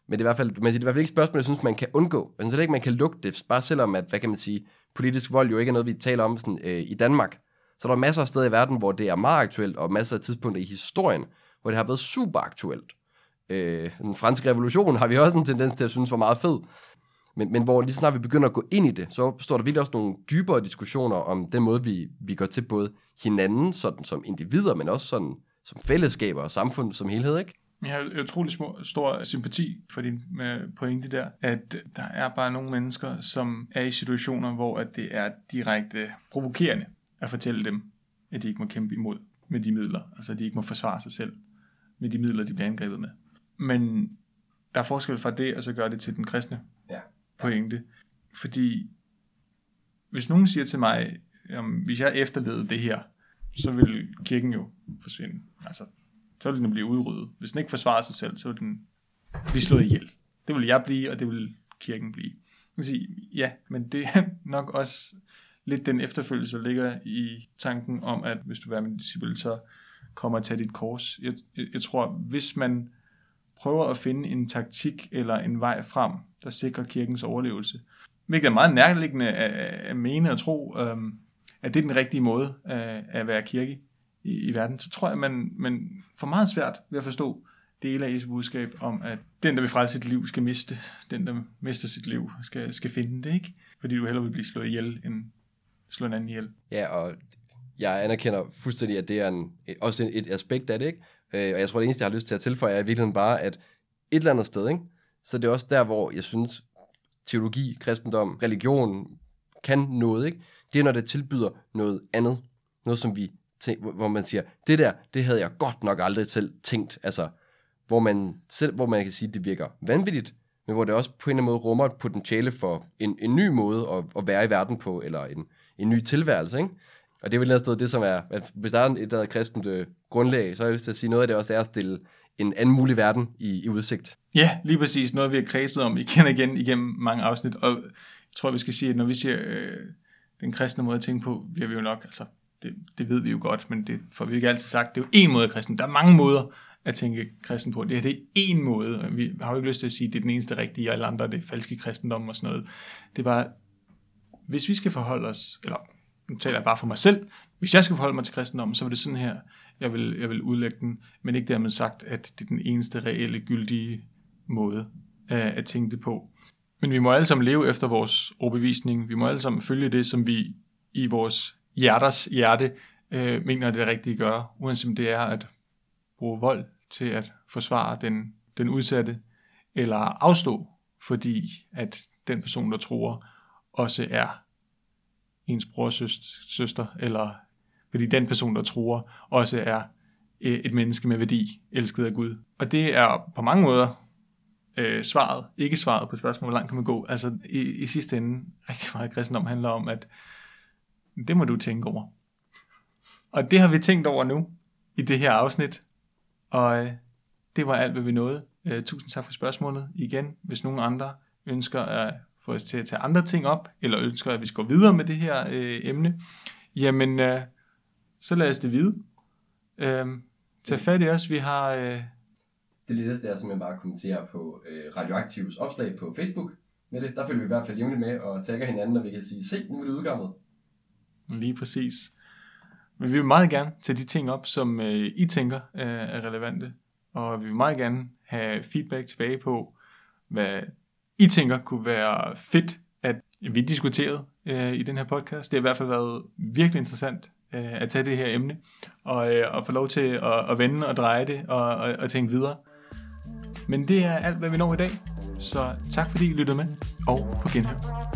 Men det er i hvert fald, man siger, det er i hvert fald ikke et spørgsmål, jeg synes, man kan undgå. Jeg synes ikke, man kan lukke det, bare selvom, at, hvad kan man sige, politisk vold jo ikke er noget, vi taler om sådan, øh, i Danmark. Så der er masser af steder i verden, hvor det er meget aktuelt, og masser af tidspunkter i historien, hvor det har været super aktuelt. Øh, den franske revolution har vi også en tendens til at synes var meget fed. Men, men hvor lige snart vi begynder at gå ind i det, så står der virkelig også nogle dybere diskussioner om den måde, vi, vi går til både hinanden, sådan som individer, men også sådan som fællesskaber og samfund som helhed, ikke? Jeg har utrolig små, stor sympati for din pointe der, at der er bare nogle mennesker, som er i situationer, hvor at det er direkte provokerende at fortælle dem, at de ikke må kæmpe imod med de midler, altså at de ikke må forsvare sig selv med de midler, de bliver angrebet med. Men der er forskel fra det, og så gør det til den kristne ja. pointe. Fordi hvis nogen siger til mig, jamen, hvis jeg efterlevede det her, så vil kirken jo forsvinde. Altså, så vil den blive udryddet. Hvis den ikke forsvarer sig selv, så vil den blive slået ihjel. Det vil jeg blive, og det vil kirken blive. Jeg vil sige, ja, men det er nok også lidt den efterfølgelse, der ligger i tanken om, at hvis du vil være min disciple, så kommer at tage dit kors. Jeg, jeg, jeg tror, hvis man prøver at finde en taktik eller en vej frem, der sikrer kirkens overlevelse, hvilket er meget nærliggende at, at mene og tro, øhm, at det er den rigtige måde at, at være kirke i, i verden, så tror jeg, man, man får meget svært ved at forstå dele af Jesu budskab om, at den, der vil frelse sit liv, skal miste. Den, der mister sit liv, skal, skal finde det, ikke? Fordi du hellere vil blive slået ihjel, end slå en anden ihjel. Ja, og jeg anerkender fuldstændig, at det er en, også et, et aspekt af det, ikke? Øh, og jeg tror, det eneste, jeg har lyst til at tilføje, er i virkeligheden bare, at et eller andet sted, ikke? Så det er også der, hvor jeg synes, teologi, kristendom, religion kan noget, ikke? Det er, når det tilbyder noget andet. Noget, som vi tænker, hvor man siger, det der, det havde jeg godt nok aldrig selv tænkt. Altså, hvor man, selv, hvor man kan sige, det virker vanvittigt, men hvor det også på en eller anden måde rummer et potentiale for en, en ny måde at, at være i verden på, eller en, en ny tilværelse, ikke? Og det er vel et eller andet sted det, som er, at hvis der er et der kristent øh, grundlag, så har jeg lyst til at sige, noget af det også er at stille en anden mulig verden i, i udsigt. Ja, lige præcis. Noget, vi har kredset om igen og igen igennem mange afsnit. Og jeg tror, vi skal sige, at når vi siger øh, den kristne måde at tænke på, bliver vi jo nok, altså det, det ved vi jo godt, men det får vi ikke altid sagt. Det er jo én måde af kristen. Der er mange måder at tænke kristen på. Det her, det er én måde. Vi har jo ikke lyst til at sige, at det er den eneste rigtige, og alle andre, det er falske kristendom og sådan noget. Det er bare, hvis vi skal forholde os, eller nu taler jeg bare for mig selv, hvis jeg skal forholde mig til kristendommen, så var det sådan her, jeg vil, jeg vil udlægge den, men ikke dermed sagt, at det er den eneste reelle, gyldige måde at, at tænke det på. Men vi må alle sammen leve efter vores overbevisning. Vi må alle sammen følge det, som vi i vores hjerters hjerte øh, mener, det er rigtigt at gøre, uanset om det er at bruge vold til at forsvare den, den udsatte, eller afstå, fordi at den person, der tror, også er ens bror, søster, eller fordi den person, der tror, også er et menneske med værdi, elsket af Gud. Og det er på mange måder øh, svaret, ikke svaret på spørgsmålet, hvor langt kan man gå. Altså i, i sidste ende, rigtig meget kristendom handler om, at det må du tænke over. Og det har vi tænkt over nu, i det her afsnit. Og øh, det var alt, hvad vi nåede. Øh, tusind tak for spørgsmålet. Igen, hvis nogen andre ønsker at få os til at tage andre ting op, eller ønsker, at vi skal gå videre med det her øh, emne, jamen, øh, så lad os det vide. Øh, tag fat i os. Vi har... Øh... Det letteste er simpelthen bare at kommentere på øh, Radioaktivs opslag på Facebook. Med det, der følger vi i hvert fald jævnligt med og tagger hinanden, og vi kan sige, se, nu er det udkommet. Lige præcis. Men vi vil meget gerne tage de ting op, som øh, I tænker øh, er relevante, og vi vil meget gerne have feedback tilbage på, hvad I tænker kunne være fedt, at vi diskuterede øh, i den her podcast. Det har i hvert fald været virkelig interessant øh, at tage det her emne, og, øh, og få lov til at, at vende og dreje det, og, og, og tænke videre. Men det er alt, hvad vi når i dag. Så tak fordi I lyttede med, og på genhør.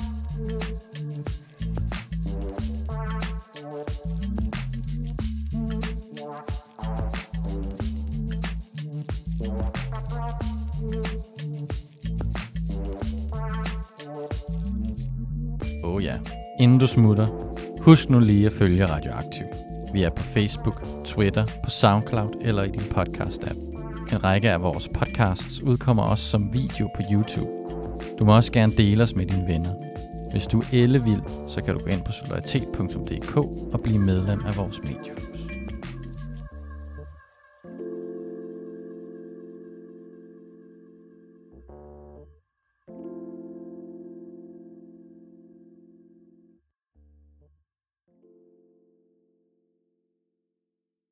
Oh ja, inden du smutter, husk nu lige at følge Radioaktiv. Vi er på Facebook, Twitter, på SoundCloud eller i din podcast-app. En række af vores podcasts udkommer også som video på YouTube. Du må også gerne dele os med dine venner. Hvis du er ellevild, så kan du gå ind på solidaritet punktum d k og blive medlem af vores medie.